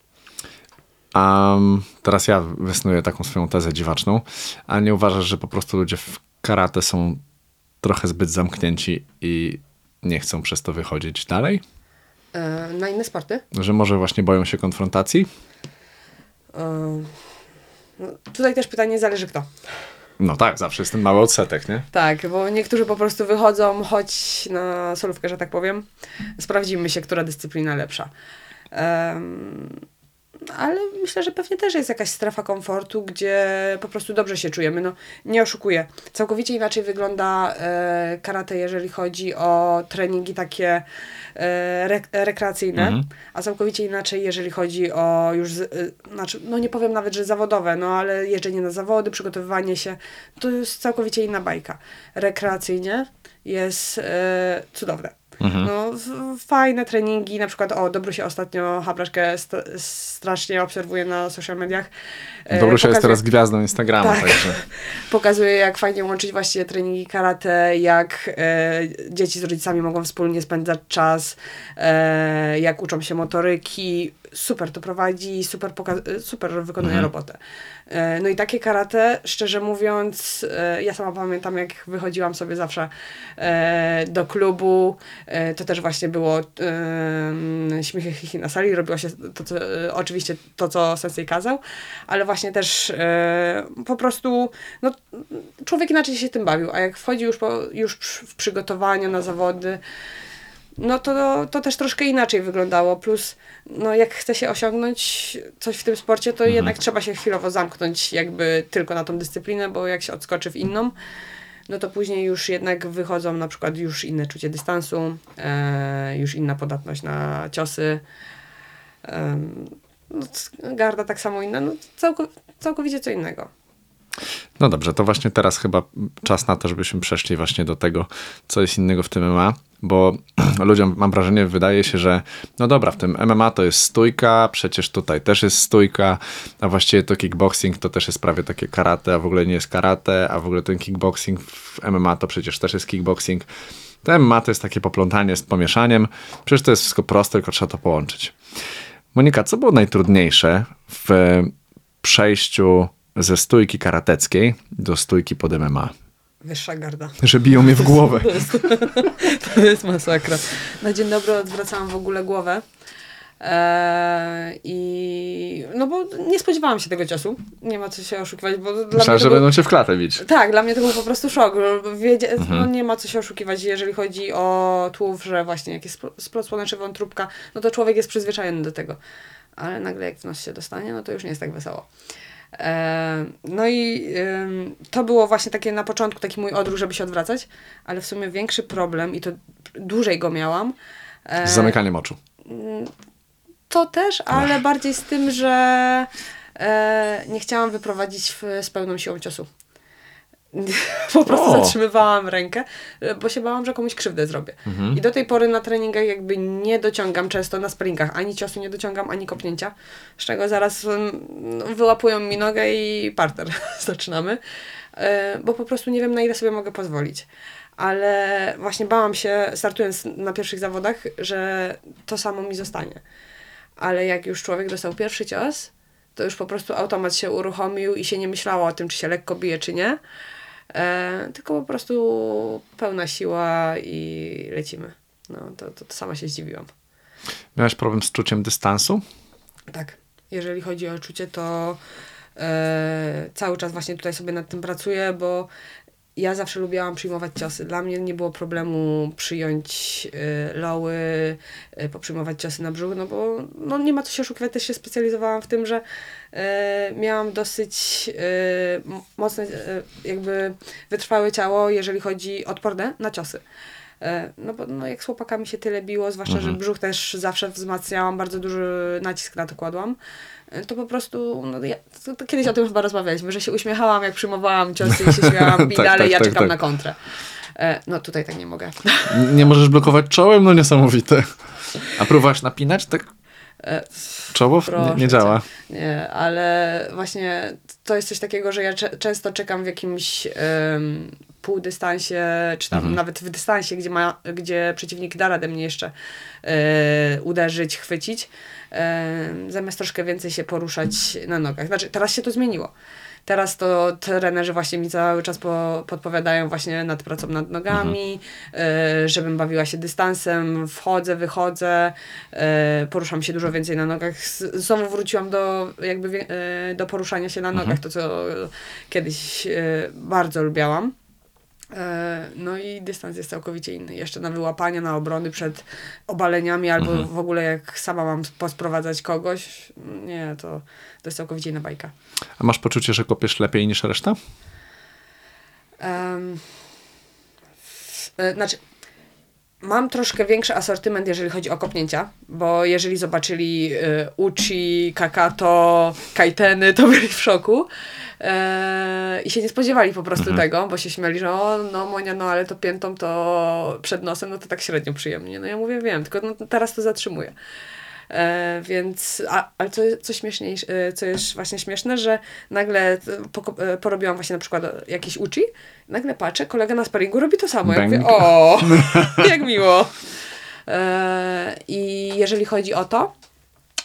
Teraz ja wysnuję taką swoją tezę dziwaczną, a nie uważasz, że po prostu ludzie w karate są trochę zbyt zamknięci i nie chcą przez to wychodzić dalej? Na inne sporty? Że może właśnie boją się konfrontacji? No, tutaj też pytanie, zależy kto. No tak, zawsze jest ten mały odsetek, nie? Tak, bo niektórzy po prostu wychodzą, choć na solówkę, że tak powiem, sprawdzimy się, która dyscyplina lepsza. Ale myślę, że pewnie też jest jakaś strefa komfortu, gdzie po prostu dobrze się czujemy. No, nie oszukuję. Całkowicie inaczej wygląda karate, jeżeli chodzi o treningi takie rekreacyjne, a całkowicie inaczej, jeżeli chodzi o już, znaczy, no nie powiem nawet, że zawodowe, no ale jeżdżenie na zawody, przygotowywanie się, to jest całkowicie inna bajka. Rekreacyjnie jest cudowne. No, fajne treningi, na przykład Dobrusia ostatnio Habraszkę strasznie obserwuję na social mediach. Dobrusia jest teraz gwiazdą Instagrama. Tak. Także. Pokazuje, jak fajnie łączyć właśnie treningi karate, jak dzieci z rodzicami mogą wspólnie spędzać czas, jak uczą się motoryki. super to prowadzi, super wykonuje robotę. No i takie karate, szczerze mówiąc, ja sama pamiętam, jak wychodziłam sobie zawsze do klubu, to też właśnie było śmiechy chichi na sali, robiło się oczywiście to, co sensei kazał, ale właśnie też po prostu no, człowiek inaczej się tym bawił, a jak wchodzi już w przygotowaniu na zawody, no to też troszkę inaczej wyglądało. Plus, no jak chce się osiągnąć coś w tym sporcie, to jednak trzeba się chwilowo zamknąć jakby tylko na tą dyscyplinę, bo jak się odskoczy w inną, no to później już jednak wychodzą na przykład już inne czucie dystansu, już inna podatność na ciosy. No, garda tak samo inna, no całkowicie co innego. No dobrze, to właśnie teraz chyba czas na to, żebyśmy przeszli właśnie do tego, co jest innego w tym MMA, bo ludziom, mam wrażenie, wydaje się, że no dobra, w tym MMA to jest stójka, przecież tutaj też jest stójka, a właściwie to kickboxing to też jest prawie takie karate, a w ogóle nie jest karate, a w ogóle ten kickboxing w MMA to przecież też jest kickboxing. To MMA to jest takie poplątanie z pomieszaniem, przecież to jest wszystko proste, tylko trzeba to połączyć. Monika, co było najtrudniejsze w przejściu ze stójki karateckiej do stójki pod MMA? Wyższa garda. Że biją mnie w głowę. To jest masakra. Na dzień dobry odwracałam w ogóle głowę. No bo nie spodziewałam się tego ciosu. Nie ma co się oszukiwać, bo Myślałem, że będą cię w klatę bić. Tak, dla mnie to był po prostu szok. No nie ma co się oszukiwać, jeżeli chodzi o tułów, że właśnie jak jest splot słoneczny, wątróbka, no to człowiek jest przyzwyczajony do tego. Ale nagle jak w nos się dostanie, no to już nie jest tak wesoło. No i to było właśnie takie na początku taki mój odruch, żeby się odwracać, ale w sumie większy problem i to dłużej go miałam. Z zamykaniem oczu. To też, ale bardziej z tym, że nie chciałam wyprowadzić z pełną siłą ciosu. Po prostu zatrzymywałam rękę, bo się bałam, że komuś krzywdę zrobię. I do tej pory na treningach jakby nie dociągam często na sparingach. Ani ciosu nie dociągam, ani kopnięcia. Z czego zaraz wyłapują mi nogę i parter zaczynamy. Bo po prostu nie wiem, na ile sobie mogę pozwolić. Ale właśnie bałam się, startując na pierwszych zawodach, że to samo mi zostanie. Ale jak już człowiek dostał pierwszy cios, to już po prostu automat się uruchomił i się nie myślało o tym, czy się lekko bije, czy nie. Tylko po prostu pełna siła i lecimy. No, to sama się zdziwiłam. Miałeś problem z czuciem dystansu? Tak. Jeżeli chodzi o czucie, to cały czas właśnie tutaj sobie nad tym pracuję, bo ja zawsze lubiłam przyjmować ciosy. Dla mnie nie było problemu przyjąć loły, poprzyjmować ciosy na brzuch, no bo no nie ma co się oszukiwać, też się specjalizowałam w tym, że miałam dosyć mocne, jakby wytrwałe ciało, jeżeli chodzi odporne na ciosy. No bo no jak z chłopakami się tyle biło, zwłaszcza, że brzuch też zawsze wzmacniałam, bardzo duży nacisk na to kładłam, to po prostu, no to kiedyś o tym chyba rozmawialiśmy, że się uśmiechałam, jak przyjmowałam ciosy i się śmiałam i dalej ja czekam na kontrę. No tutaj tak nie mogę. Nie możesz blokować czołem? No niesamowite. A próbowałaś napinać tak? Czoło nie działa. Nie, ale właśnie to jest coś takiego, że ja często czekam w jakimś półdystansie, czy tam nawet w dystansie, gdzie przeciwnik da radę mnie jeszcze uderzyć, chwycić, zamiast troszkę więcej się poruszać na nogach. Znaczy, teraz się to zmieniło. Teraz to trenerzy właśnie mi cały czas podpowiadają właśnie nad pracą nad nogami, żebym bawiła się dystansem, wchodzę, wychodzę, poruszam się dużo więcej na nogach. Znowu wróciłam do poruszania się na nogach, to co kiedyś bardzo lubiałam. No i dystans jest całkowicie inny. Jeszcze na wyłapania, na obrony przed obaleniami, albo w ogóle jak sama mam posprowadzać kogoś, nie, to jest całkowicie inna bajka. A masz poczucie, że kopiesz lepiej niż reszta? Znaczy, mam troszkę większy asortyment, jeżeli chodzi o kopnięcia, bo jeżeli zobaczyli Uchi, Kakato, Kaiteny, to byli w szoku. I się nie spodziewali po prostu tego, bo się śmiali, że no Monia, no ale to piętą, to przed nosem, no to tak średnio przyjemnie. No ja mówię, wiem, tylko no, teraz to zatrzymuję. Więc, ale co jest właśnie śmieszne, że nagle porobiłam właśnie na przykład jakieś Uchi, nagle patrzę, kolega na sparingu robi to samo. Ja mówię, jak miło. I jeżeli chodzi o to,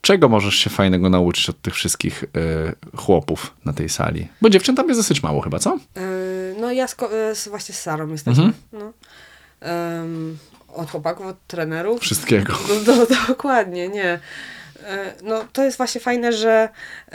czego możesz się fajnego nauczyć od tych wszystkich chłopów na tej sali? Bo dziewczyn tam jest dosyć mało chyba, co? No ja właśnie z Sarą jesteśmy. No. Od chłopaków, od trenerów. Wszystkiego. Dokładnie, nie. No to jest właśnie fajne, że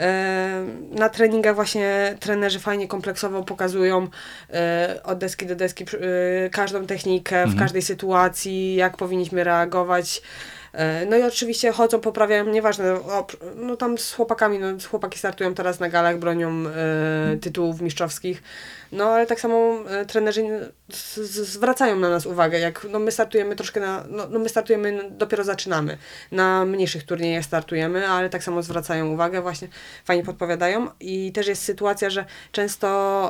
na treningach właśnie trenerzy fajnie kompleksowo pokazują od deski do deski każdą technikę w każdej sytuacji, jak powinniśmy reagować. No i oczywiście chodzą, poprawiają, nieważne, no tam z chłopakami, no chłopaki startują teraz na galach, bronią tytułów mistrzowskich, no ale tak samo trenerzy zwracają na nas uwagę, jak no my startujemy troszkę my startujemy, dopiero zaczynamy, na mniejszych turniejach startujemy, ale tak samo zwracają uwagę, właśnie fajnie podpowiadają i też jest sytuacja, że często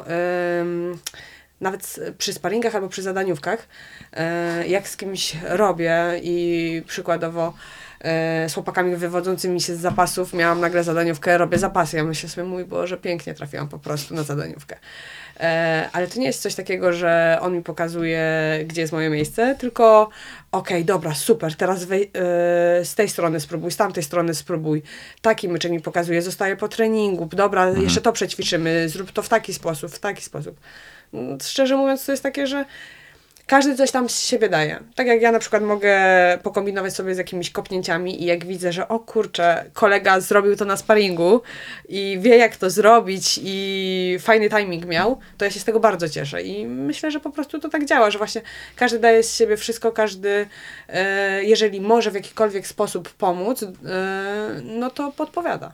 nawet przy sparingach albo przy zadaniówkach, jak z kimś robię i przykładowo z chłopakami wywodzącymi się z zapasów miałam nagle zadaniówkę, robię zapasy. Ja myślę sobie, mój Boże, pięknie trafiłam po prostu na zadaniówkę. Ale to nie jest coś takiego, że on mi pokazuje, gdzie jest moje miejsce, tylko okej, dobra, super, teraz z tej strony spróbuj, z tamtej strony spróbuj. Taki myczek mi pokazuje, zostaje po treningu, dobra, jeszcze to przećwiczymy, zrób to w taki sposób, w taki sposób. Szczerze mówiąc, to jest takie, że każdy coś tam z siebie daje. Tak jak ja na przykład mogę pokombinować sobie z jakimiś kopnięciami i jak widzę, że o kurczę, kolega zrobił to na sparingu i wie jak to zrobić i fajny timing miał, to ja się z tego bardzo cieszę i myślę, że po prostu to tak działa, że właśnie każdy daje z siebie wszystko, każdy jeżeli może w jakikolwiek sposób pomóc, no to podpowiada.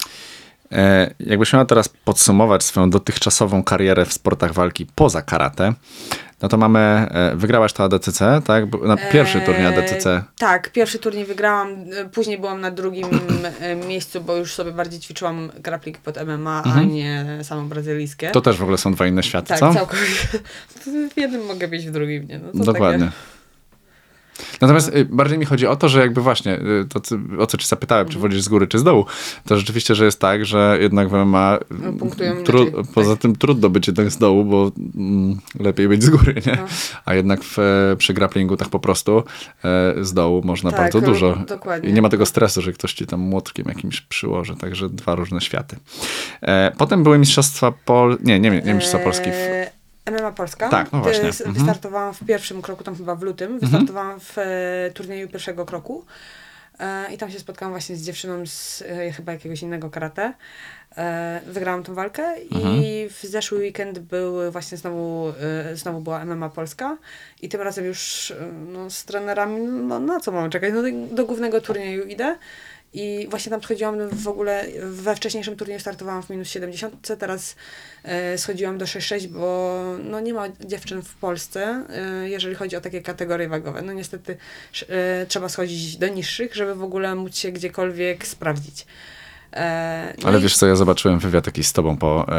Jakbyś miała teraz podsumować swoją dotychczasową karierę w sportach walki poza karate, no to wygrałaś to ADCC, tak? Na pierwszy turniej ADCC. Tak, pierwszy turniej wygrałam, później byłam na drugim miejscu, bo już sobie bardziej ćwiczyłam grappling pod MMA, a nie samo brazylijskie. To też w ogóle są dwa inne światy, tak, co? Tak, całkowicie. W jednym mogę być, w drugim nie. No to dokładnie. Takie... Natomiast bardziej mi chodzi o to, że jakby właśnie, to o co ci zapytałem, czy wolisz z góry, czy z dołu, to rzeczywiście, że jest tak, że jednak w MMA poza tym trudno być jednak z dołu, bo lepiej być z góry, nie? No. A jednak przy grapplingu tak po prostu z dołu można bardzo dużo. Dokładnie. I nie ma tego stresu, że ktoś ci tam młotkiem jakimś przyłoży, także dwa różne światy. Potem były mistrzostwa nie mistrzostwa Polski MMA Polska. Tak, no właśnie. Wystartowałam w pierwszym kroku, tam chyba w lutym. Wystartowałam w turnieju pierwszego kroku. I tam się spotkałam właśnie z dziewczyną z chyba jakiegoś innego karate. Wygrałam tą walkę i w zeszły weekend był właśnie znowu była MMA Polska. I tym razem już z trenerami, na co mam czekać? Do głównego turnieju idę. I właśnie tam schodziłam w ogóle, we wcześniejszym turnieju startowałam w minus 70, teraz schodziłam do 6,6, bo nie ma dziewczyn w Polsce, jeżeli chodzi o takie kategorie wagowe. No niestety trzeba schodzić do niższych, żeby w ogóle móc się gdziekolwiek sprawdzić. Ale wiesz co, ja zobaczyłem wywiad jakiś z tobą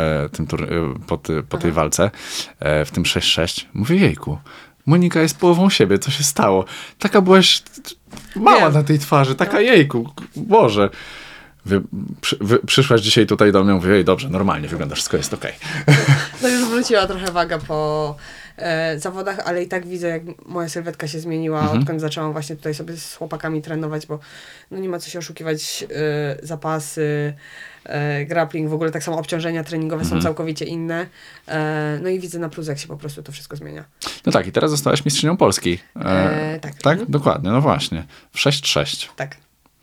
po tej walce, w tym 6,6. Mówię, jejku, Monika jest połową siebie, co się stało? Taka byłaś mała na tej twarzy, taka jejku, Boże. Przyszłaś dzisiaj tutaj do mnie, mówię, ej, dobrze, normalnie wyglądasz, wszystko jest okej. No już wróciła trochę waga po zawodach, ale i tak widzę, jak moja sylwetka się zmieniła, odkąd zaczęłam właśnie tutaj sobie z chłopakami trenować, bo nie ma co się oszukiwać, zapasy, grappling, w ogóle tak samo obciążenia treningowe są całkowicie inne. No i widzę na plus, jak się po prostu to wszystko zmienia. No tak, i teraz zostałaś mistrzynią Polski. Tak. Tak? Dokładnie, no właśnie. W 6-6. Tak.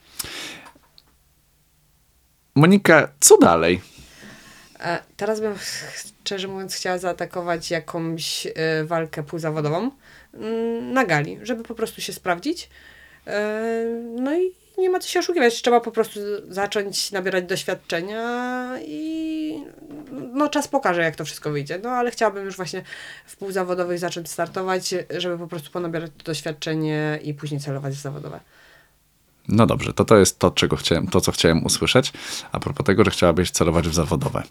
Monika, co dalej? Teraz bym, szczerze mówiąc, chciała zaatakować jakąś walkę półzawodową na gali, żeby po prostu się sprawdzić. No i nie ma co się oszukiwać. Trzeba po prostu zacząć nabierać doświadczenia i czas pokaże, jak to wszystko wyjdzie. No ale chciałabym już właśnie w półzawodowych zacząć startować, żeby po prostu ponabierać doświadczenie i później celować w zawodowe. No dobrze, to jest to, co chciałem usłyszeć. A propos tego, że chciałabyś celować w zawodowe.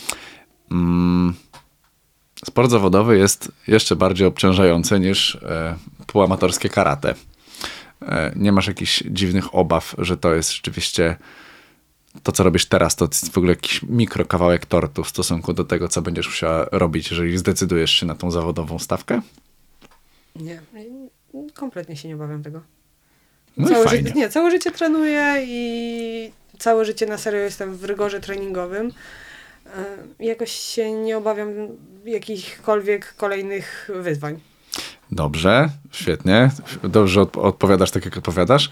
Sport zawodowy jest jeszcze bardziej obciążający niż półamatorskie karate. Nie masz jakichś dziwnych obaw, że to jest rzeczywiście to, co robisz teraz, to jest w ogóle jakiś mikrokawałek tortu w stosunku do tego, co będziesz musiała robić, jeżeli zdecydujesz się na tą zawodową stawkę? Nie, kompletnie się nie obawiam tego. No i fajnie. Całe życie trenuję i całe życie na serio jestem w rygorze treningowym. Jakoś się nie obawiam jakichkolwiek kolejnych wyzwań. Dobrze, świetnie. Dobrze odpowiadasz tak, jak odpowiadasz.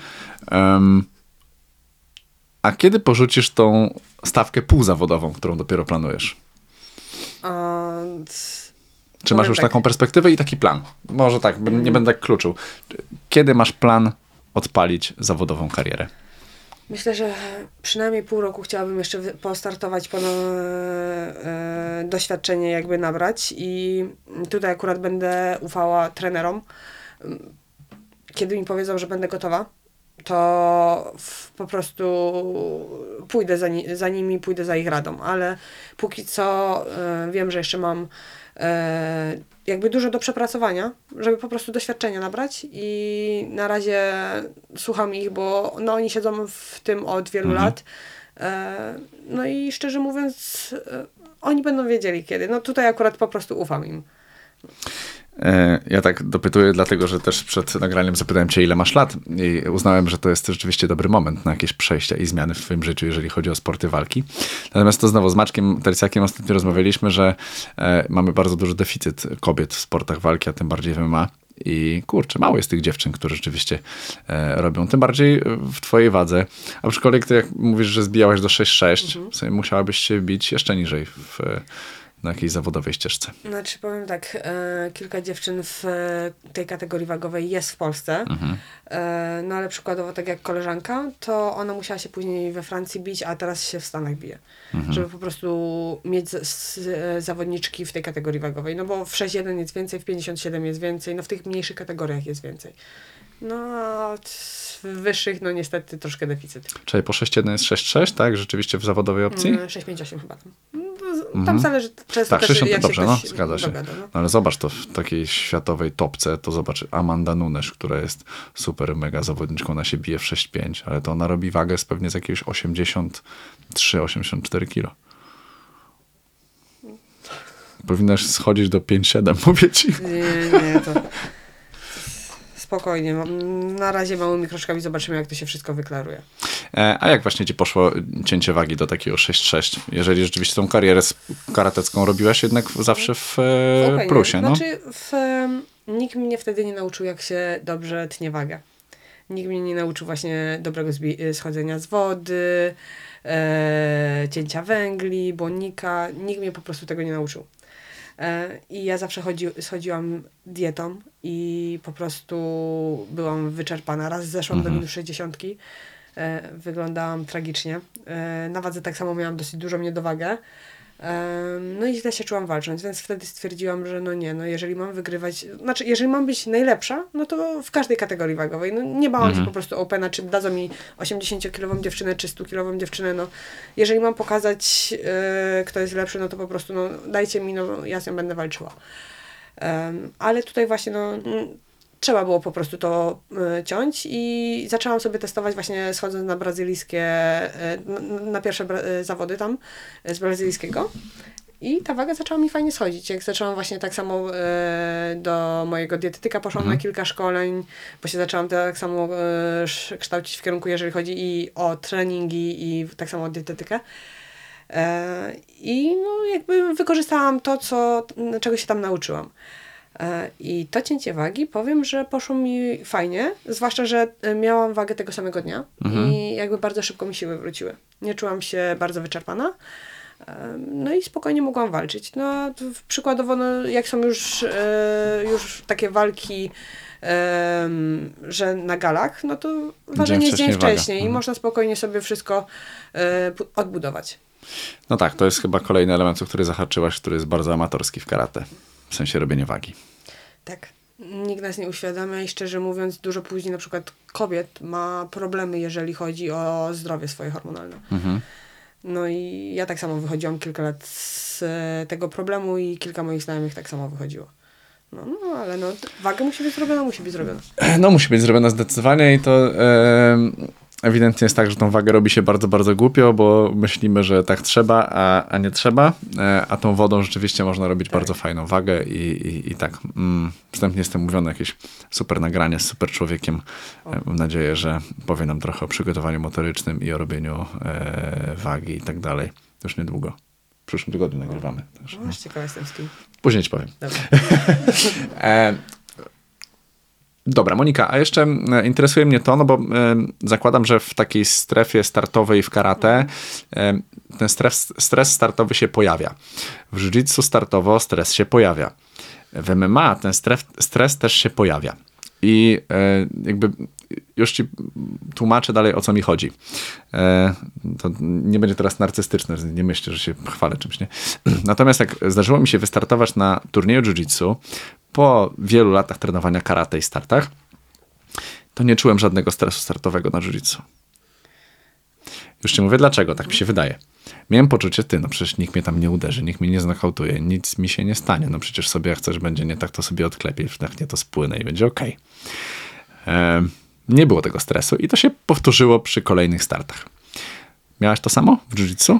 A kiedy porzucisz tą stawkę półzawodową, którą dopiero planujesz? Czy masz już taką perspektywę i taki plan? Może tak, nie będę tak kluczył. Kiedy masz plan odpalić zawodową karierę? Myślę, że przynajmniej pół roku chciałabym jeszcze postartować, doświadczenie jakby nabrać i tutaj akurat będę ufała trenerom. Kiedy mi powiedzą, że będę gotowa, to po prostu pójdę za nimi, pójdę za ich radą, ale póki co wiem, że jeszcze mam jakby dużo do przepracowania, żeby po prostu doświadczenia nabrać i na razie słucham ich, bo no, oni siedzą w tym od wielu lat. No i szczerze mówiąc, oni będą wiedzieli kiedy. No tutaj akurat po prostu ufam im. Ja tak dopytuję, dlatego że też przed nagraniem zapytałem cię, ile masz lat i uznałem, że to jest rzeczywiście dobry moment na jakieś przejścia i zmiany w twoim życiu, jeżeli chodzi o sporty walki. Natomiast to znowu z Maćkiem Tercjakiem ostatnio rozmawialiśmy, że mamy bardzo duży deficyt kobiet w sportach walki, a tym bardziej w MMA. I kurczę, mało jest tych dziewczyn, które rzeczywiście robią. Tym bardziej w twojej wadze. A aczkolwiek ty jak mówisz, że zbijałaś do 6,6, sobie musiałabyś się bić jeszcze niżej na jakiejś zawodowej ścieżce. Znaczy powiem tak, kilka dziewczyn w tej kategorii wagowej jest w Polsce, no ale przykładowo tak jak koleżanka, to ona musiała się później we Francji bić, a teraz się w Stanach bije. Żeby po prostu mieć zawodniczki w tej kategorii wagowej, no bo w 6,1 jest więcej, w 57 jest więcej, no w tych mniejszych kategoriach jest więcej. No a w wyższych, no niestety troszkę deficyt. Czyli po 6,1 jest 6,6, tak? Rzeczywiście w zawodowej opcji? 6,58 chyba tam. Tam zależy często tak, też 60, jak dobrze, się no, ktoś zgadza się. dogada, no. No, ale zobacz to w takiej światowej topce, to zobacz Amanda Nunes, która jest super mega zawodniczką, ona się bije w 6,5, ale to ona robi wagę pewnie z jakiegoś 83-84 kilo. Powinnaś schodzić do 5,7, mówię ci. Nie, to spokojnie. Na razie małymi kroczkami zobaczymy, jak to się wszystko wyklaruje. A jak właśnie ci poszło cięcie wagi do takiego 6,6? Jeżeli rzeczywiście tą karierę karatecką robiłaś jednak zawsze w plusie, no? Znaczy, nikt mnie wtedy nie nauczył, jak się dobrze tnie wagę. Nikt mnie nie nauczył właśnie dobrego schodzenia z wody, cięcia węgli, błonnika. Nikt mnie po prostu tego nie nauczył. I ja zawsze schodziłam dietą i po prostu byłam wyczerpana. Raz zeszłam do minus 60. Wyglądałam tragicznie. Na wadze tak samo miałam dosyć dużą niedowagę. No i źle się czułam walcząc, więc wtedy stwierdziłam, że no nie, no jeżeli mam wygrywać, znaczy jeżeli mam być najlepsza, no to w każdej kategorii wagowej. No nie bałam się po prostu opena, czy dadzą mi 80-kilową dziewczynę, czy 100-kilową dziewczynę, no jeżeli mam pokazać, kto jest lepszy, no to po prostu no dajcie mi, no ja z nią będę walczyła. Ale tutaj właśnie no trzeba było po prostu to ciąć i zaczęłam sobie testować właśnie schodząc na brazylijskie, na pierwsze zawody tam z brazylijskiego i ta waga zaczęła mi fajnie schodzić. Jak zaczęłam właśnie tak samo do mojego dietetyka, poszłam na kilka szkoleń, bo się zaczęłam tak samo kształcić w kierunku, jeżeli chodzi i o treningi i tak samo o dietetykę. I no jakby wykorzystałam to, czego się tam nauczyłam. I to cięcie wagi, powiem, że poszło mi fajnie, zwłaszcza, że miałam wagę tego samego dnia i jakby bardzo szybko mi siły wróciły. Nie czułam się bardzo wyczerpana, no i spokojnie mogłam walczyć. No przykładowo, no, jak są już takie walki, że na galach, no to ważenie jest dzień wcześniej i można spokojnie sobie wszystko odbudować. No tak, to jest chyba kolejny element, o który zahaczyłaś, który jest bardzo amatorski w karate. W sensie robienia wagi. Tak. Nikt nas nie uświadamia i szczerze mówiąc dużo później na przykład kobiet ma problemy, jeżeli chodzi o zdrowie swoje hormonalne. No i ja tak samo wychodziłam kilka lat z tego problemu i kilka moich znajomych tak samo wychodziło. No ale no waga musi być zrobiona. No musi być zrobiona zdecydowanie i to ewidentnie jest tak, że tą wagę robi się bardzo, bardzo głupio, bo myślimy, że tak trzeba, a nie trzeba, a tą wodą rzeczywiście można robić bardzo fajną wagę i tak. Wstępnie jestem mówiony, jakieś super nagranie z super człowiekiem. Mam nadzieję, że powie nam trochę o przygotowaniu motorycznym i o robieniu wagi i tak dalej. Już niedługo. W przyszłym tygodniu nagrywamy. Także, No, ciekawa jestem z kim. Później ci powiem. Dobra. Dobra, Monika, a jeszcze interesuje mnie to, no bo zakładam, że w takiej strefie startowej w karate ten stres startowy się pojawia. W jiu-jitsu startowo stres się pojawia. W MMA ten stres też się pojawia. I jakby już ci tłumaczę dalej, o co mi chodzi. To nie będzie teraz narcystyczne, nie myślę, że się chwalę czymś, nie? Natomiast jak zdarzyło mi się wystartować na turnieju jiu-jitsu po wielu latach trenowania karate i startach, to nie czułem żadnego stresu startowego na jiu-jitsu. Już ci mówię dlaczego, tak mi się wydaje. Miałem poczucie, no przecież nikt mnie tam nie uderzy, nikt mnie nie znokautuje, nic mi się nie stanie. No przecież sobie jak coś będzie nie tak, to sobie odklepię, wdechnie to spłynę i będzie okej. Nie było tego stresu i to się powtórzyło przy kolejnych startach. Miałaś to samo w jiu-jitsu?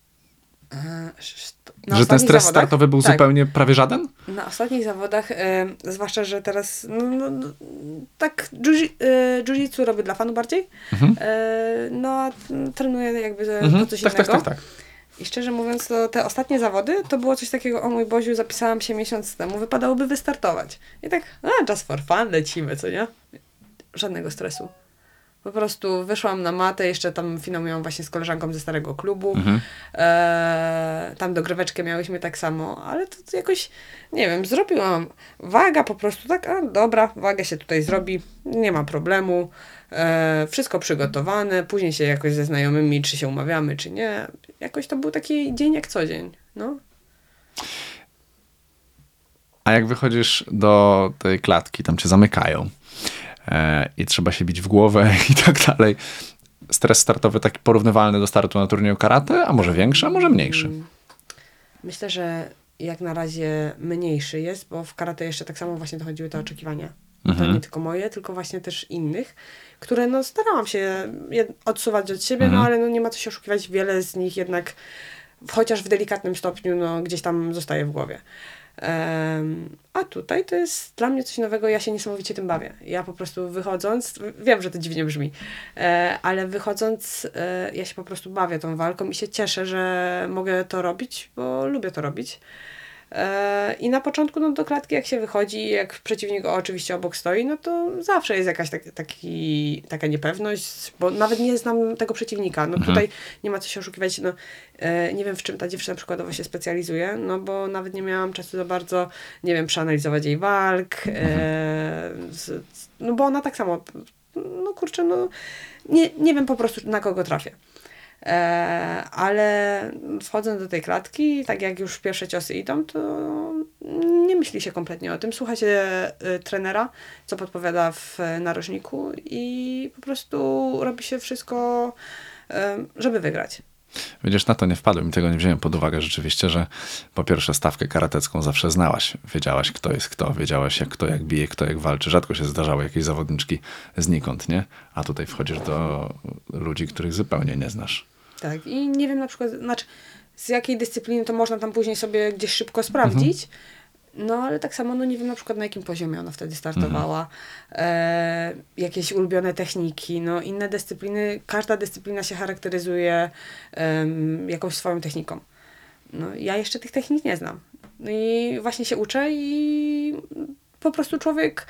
Że ten stres startowy był zupełnie prawie żaden? Na ostatnich zawodach, zwłaszcza, że teraz tak jiu-jitsu robię dla fanu bardziej, a trenuję jakby po coś innego. Tak. I szczerze mówiąc, to te ostatnie zawody, to było coś takiego, o mój Boziu, zapisałam się miesiąc temu, wypadałoby wystartować. I tak, just for fun, lecimy, co nie? Żadnego stresu. Po prostu wyszłam na matę, jeszcze tam finał miałam właśnie z koleżanką ze starego klubu. Tam dogryweczkę miałyśmy tak samo, ale to jakoś, nie wiem, zrobiłam. Waga po prostu tak, dobra, wagę się tutaj zrobi, nie ma problemu. Wszystko przygotowane, później się jakoś ze znajomymi, czy się umawiamy, czy nie. Jakoś to był taki dzień jak co dzień, no. A jak wychodzisz do tej klatki, tam cię zamykają i trzeba się bić w głowę i tak dalej. Stres startowy taki porównywalny do startu na turnieju karate, a może większy, a może mniejszy? Myślę, że jak na razie mniejszy jest, bo w karate jeszcze tak samo właśnie dochodziły te oczekiwania. To nie tylko moje, tylko właśnie też innych, które starałam się odsuwać od siebie, ale nie ma co się oszukiwać, wiele z nich jednak chociaż w delikatnym stopniu gdzieś tam zostaje w głowie. A tutaj to jest dla mnie coś nowego, ja się niesamowicie tym bawię. Ja po prostu wychodząc, wiem, że to dziwnie brzmi, ale wychodząc ja się po prostu bawię tą walką i się cieszę, że mogę to robić, bo lubię to robić. I na początku do klatki jak się wychodzi, jak przeciwnik oczywiście obok stoi, no to zawsze jest jakaś taka niepewność, bo nawet nie znam tego przeciwnika. Tutaj nie ma co się oszukiwać. Nie wiem, w czym ta dziewczyna przykładowo się specjalizuje, bo nawet nie miałam czasu za bardzo, nie wiem, przeanalizować jej walk, bo ona tak samo, nie wiem po prostu na kogo trafię. Ale wchodząc do tej klatki, tak jak już pierwsze ciosy idą, to nie myśli się kompletnie o tym. Słucha się trenera, co podpowiada w narożniku i po prostu robi się wszystko, żeby wygrać. Widzisz, na to nie wpadłem i tego nie wziąłem pod uwagę rzeczywiście, że po pierwsze stawkę karatecką zawsze znałaś. Wiedziałaś, kto jest kto, wiedziałaś, kto jak bije, kto jak walczy. Rzadko się zdarzały jakieś zawodniczki znikąd, nie? A tutaj wchodzisz do ludzi, których zupełnie nie znasz. Tak, i nie wiem na przykład, z jakiej dyscypliny to można tam później sobie gdzieś szybko sprawdzić, ale tak samo, nie wiem na przykład na jakim poziomie ona wtedy startowała, jakieś ulubione techniki, inne dyscypliny, każda dyscyplina się charakteryzuje jakąś swoją techniką. Ja jeszcze tych technik nie znam. I właśnie się uczę i po prostu człowiek,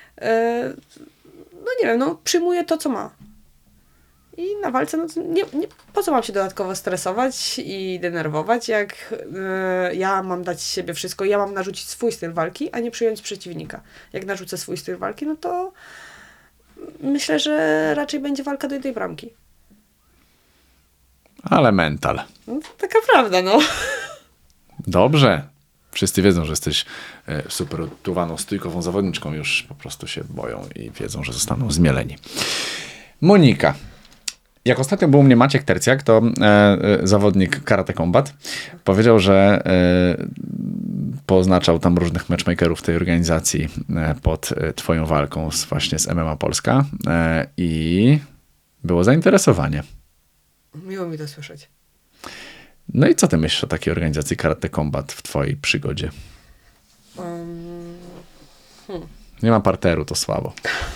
nie wiem, przyjmuje to, co ma. I na walce, po co mam się dodatkowo stresować i denerwować, jak ja mam dać z siebie wszystko, ja mam narzucić swój styl walki, a nie przyjąć przeciwnika. Jak narzucę swój styl walki, to myślę, że raczej będzie walka do jednej bramki. Ale mental. Taka prawda, Dobrze. Wszyscy wiedzą, że jesteś super odtuwaną, stójkową zawodniczką. Już po prostu się boją i wiedzą, że zostaną zmieleni. Monika. Jak ostatnio był u mnie Maciek Tercjak, to zawodnik Karate Combat, powiedział, że poznaczał tam różnych matchmakerów tej organizacji pod twoją walką właśnie z MMA Polska i Było zainteresowanie. Miło mi to słyszeć. No i co ty myślisz o takiej organizacji Karate Combat w twojej przygodzie? Nie ma parteru, to słabo.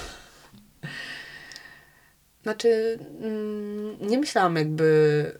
Znaczy, nie myślałam jakby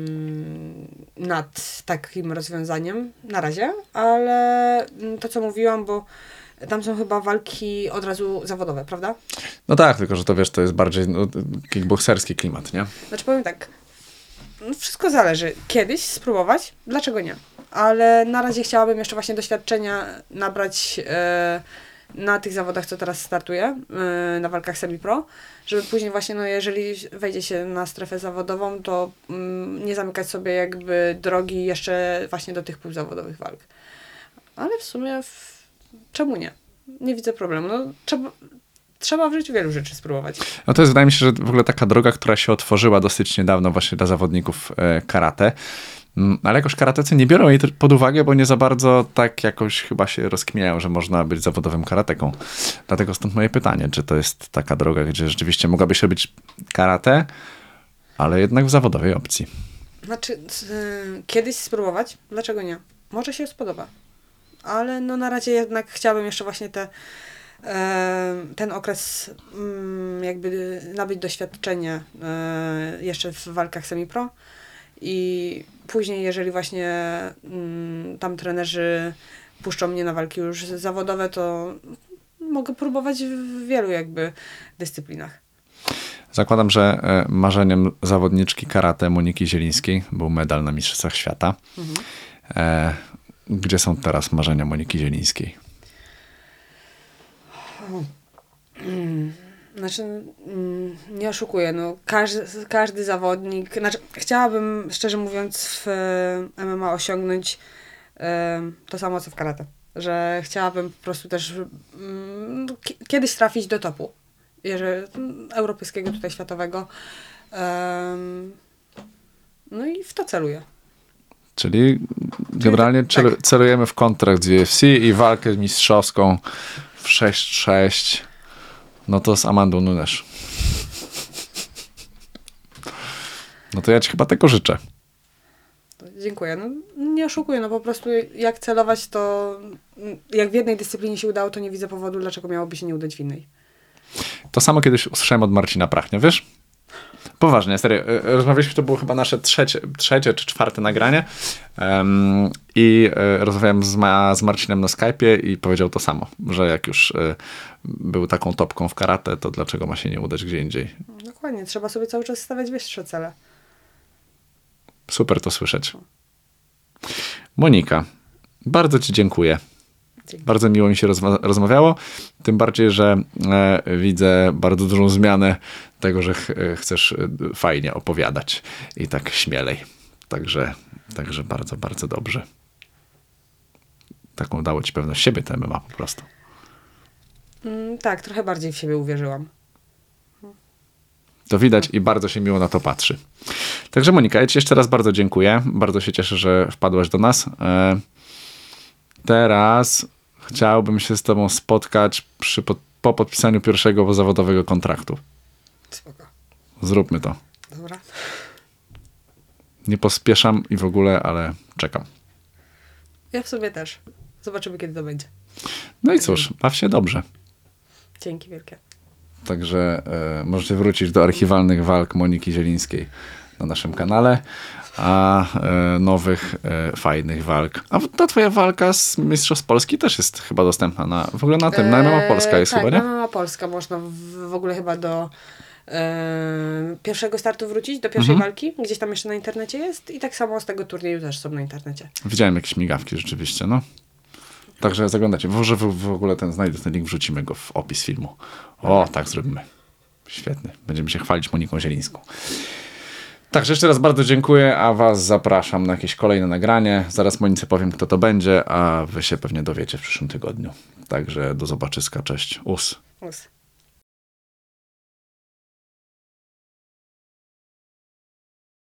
nad takim rozwiązaniem na razie, ale to, co mówiłam, bo tam są chyba walki od razu zawodowe, prawda? No tak, tylko że to wiesz, to jest bardziej kickboxerski klimat, nie? Znaczy powiem tak, wszystko zależy. Kiedyś spróbować, dlaczego nie? Ale na razie chciałabym jeszcze właśnie doświadczenia nabrać na tych zawodach, co teraz startuję, na walkach semi-pro, żeby później właśnie, no jeżeli wejdzie się na strefę zawodową, to nie zamykać sobie jakby drogi jeszcze właśnie do tych półzawodowych walk. Ale w sumie czemu nie? Nie widzę problemu. No, trzeba w życiu wielu rzeczy spróbować. No to jest, wydaje mi się, że w ogóle taka droga, która się otworzyła dosyć niedawno właśnie dla zawodników karate. Ale jakoś karatecy nie biorą jej pod uwagę, bo nie za bardzo tak jakoś chyba się rozkminiają, że można być zawodowym karateką. Dlatego stąd moje pytanie, czy to jest taka droga, gdzie rzeczywiście mogłabyś robić karate, ale jednak w zawodowej opcji. Znaczy, kiedyś spróbować? Dlaczego nie? Może się spodoba. Ale no na razie jednak chciałabym jeszcze właśnie ten okres jakby nabyć doświadczenie jeszcze w walkach semi-pro i później, jeżeli właśnie tam trenerzy puszczą mnie na walki już zawodowe, to mogę próbować w wielu jakby dyscyplinach. Zakładam, że marzeniem zawodniczki karate Moniki Zielińskiej był medal na Mistrzostwach Świata. Gdzie są teraz marzenia Moniki Zielińskiej? Znaczy, nie oszukuję, no każdy zawodnik, znaczy chciałabym, szczerze mówiąc, w MMA osiągnąć to samo, co w karate. Że chciałabym po prostu też kiedyś trafić do topu. Europejskiego, tutaj światowego. No i w to celuję. Czyli generalnie celujemy w kontrakt z UFC i walkę mistrzowską w 6-6. No to z Amandą Nunes. No to ja ci chyba tego życzę. Dziękuję. No, nie oszukuję, no po prostu jak celować, to jak w jednej dyscyplinie się udało, to nie widzę powodu, dlaczego miałoby się nie udać w innej. To samo kiedyś usłyszałem od Marcina Prachnia, wiesz? Poważnie, serio. Rozmawialiśmy, to było chyba nasze trzecie czy czwarte nagranie i rozmawiałem z Marcinem na Skype'ie i powiedział to samo, że jak już był taką topką w karate, to dlaczego ma się nie udać gdzie indziej? Dokładnie, trzeba sobie cały czas stawiać wyższe cele. Super to słyszeć. Monika, bardzo ci dziękuję. Dzięki. Bardzo miło mi się rozmawiało, tym bardziej, że widzę bardzo dużą zmianę tego, że chcesz fajnie opowiadać i tak śmielej. Także bardzo, bardzo dobrze. Taką dało ci pewność siebie te MMA po prostu. Tak, trochę bardziej w siebie uwierzyłam. To widać i bardzo się miło na to patrzy. Także Monika, ja ci jeszcze raz bardzo dziękuję. Bardzo się cieszę, że wpadłaś do nas. Teraz chciałbym się z tobą spotkać po podpisaniu pierwszego zawodowego kontraktu. Spoko. Zróbmy to. Dobra. Nie pospieszam i w ogóle, ale czekam. Ja w sobie też. Zobaczymy, kiedy to będzie. No i cóż, baw się dobrze. Dzięki wielkie. Także możecie wrócić do archiwalnych walk Moniki Zielińskiej na naszym kanale, a nowych, fajnych walk. A ta twoja walka z Mistrzostw Polski też jest chyba dostępna w ogóle na tym, na MMA Polska jest chyba, nie? Tak, na MMA Polska można w ogóle chyba do pierwszego startu wrócić, do pierwszej walki, gdzieś tam jeszcze na internecie jest i tak samo z tego turnieju też są na internecie. Widziałem jakieś migawki rzeczywiście, no. Także zaglądacie. Może w ogóle znajdę ten link, wrzucimy go w opis filmu. O, tak zrobimy. Świetnie. Będziemy się chwalić Moniką Zielińską. Także jeszcze raz bardzo dziękuję, a was zapraszam na jakieś kolejne nagranie. Zaraz Monice powiem, kto to będzie, a wy się pewnie dowiecie w przyszłym tygodniu. Także do zobaczyska. Cześć. Us.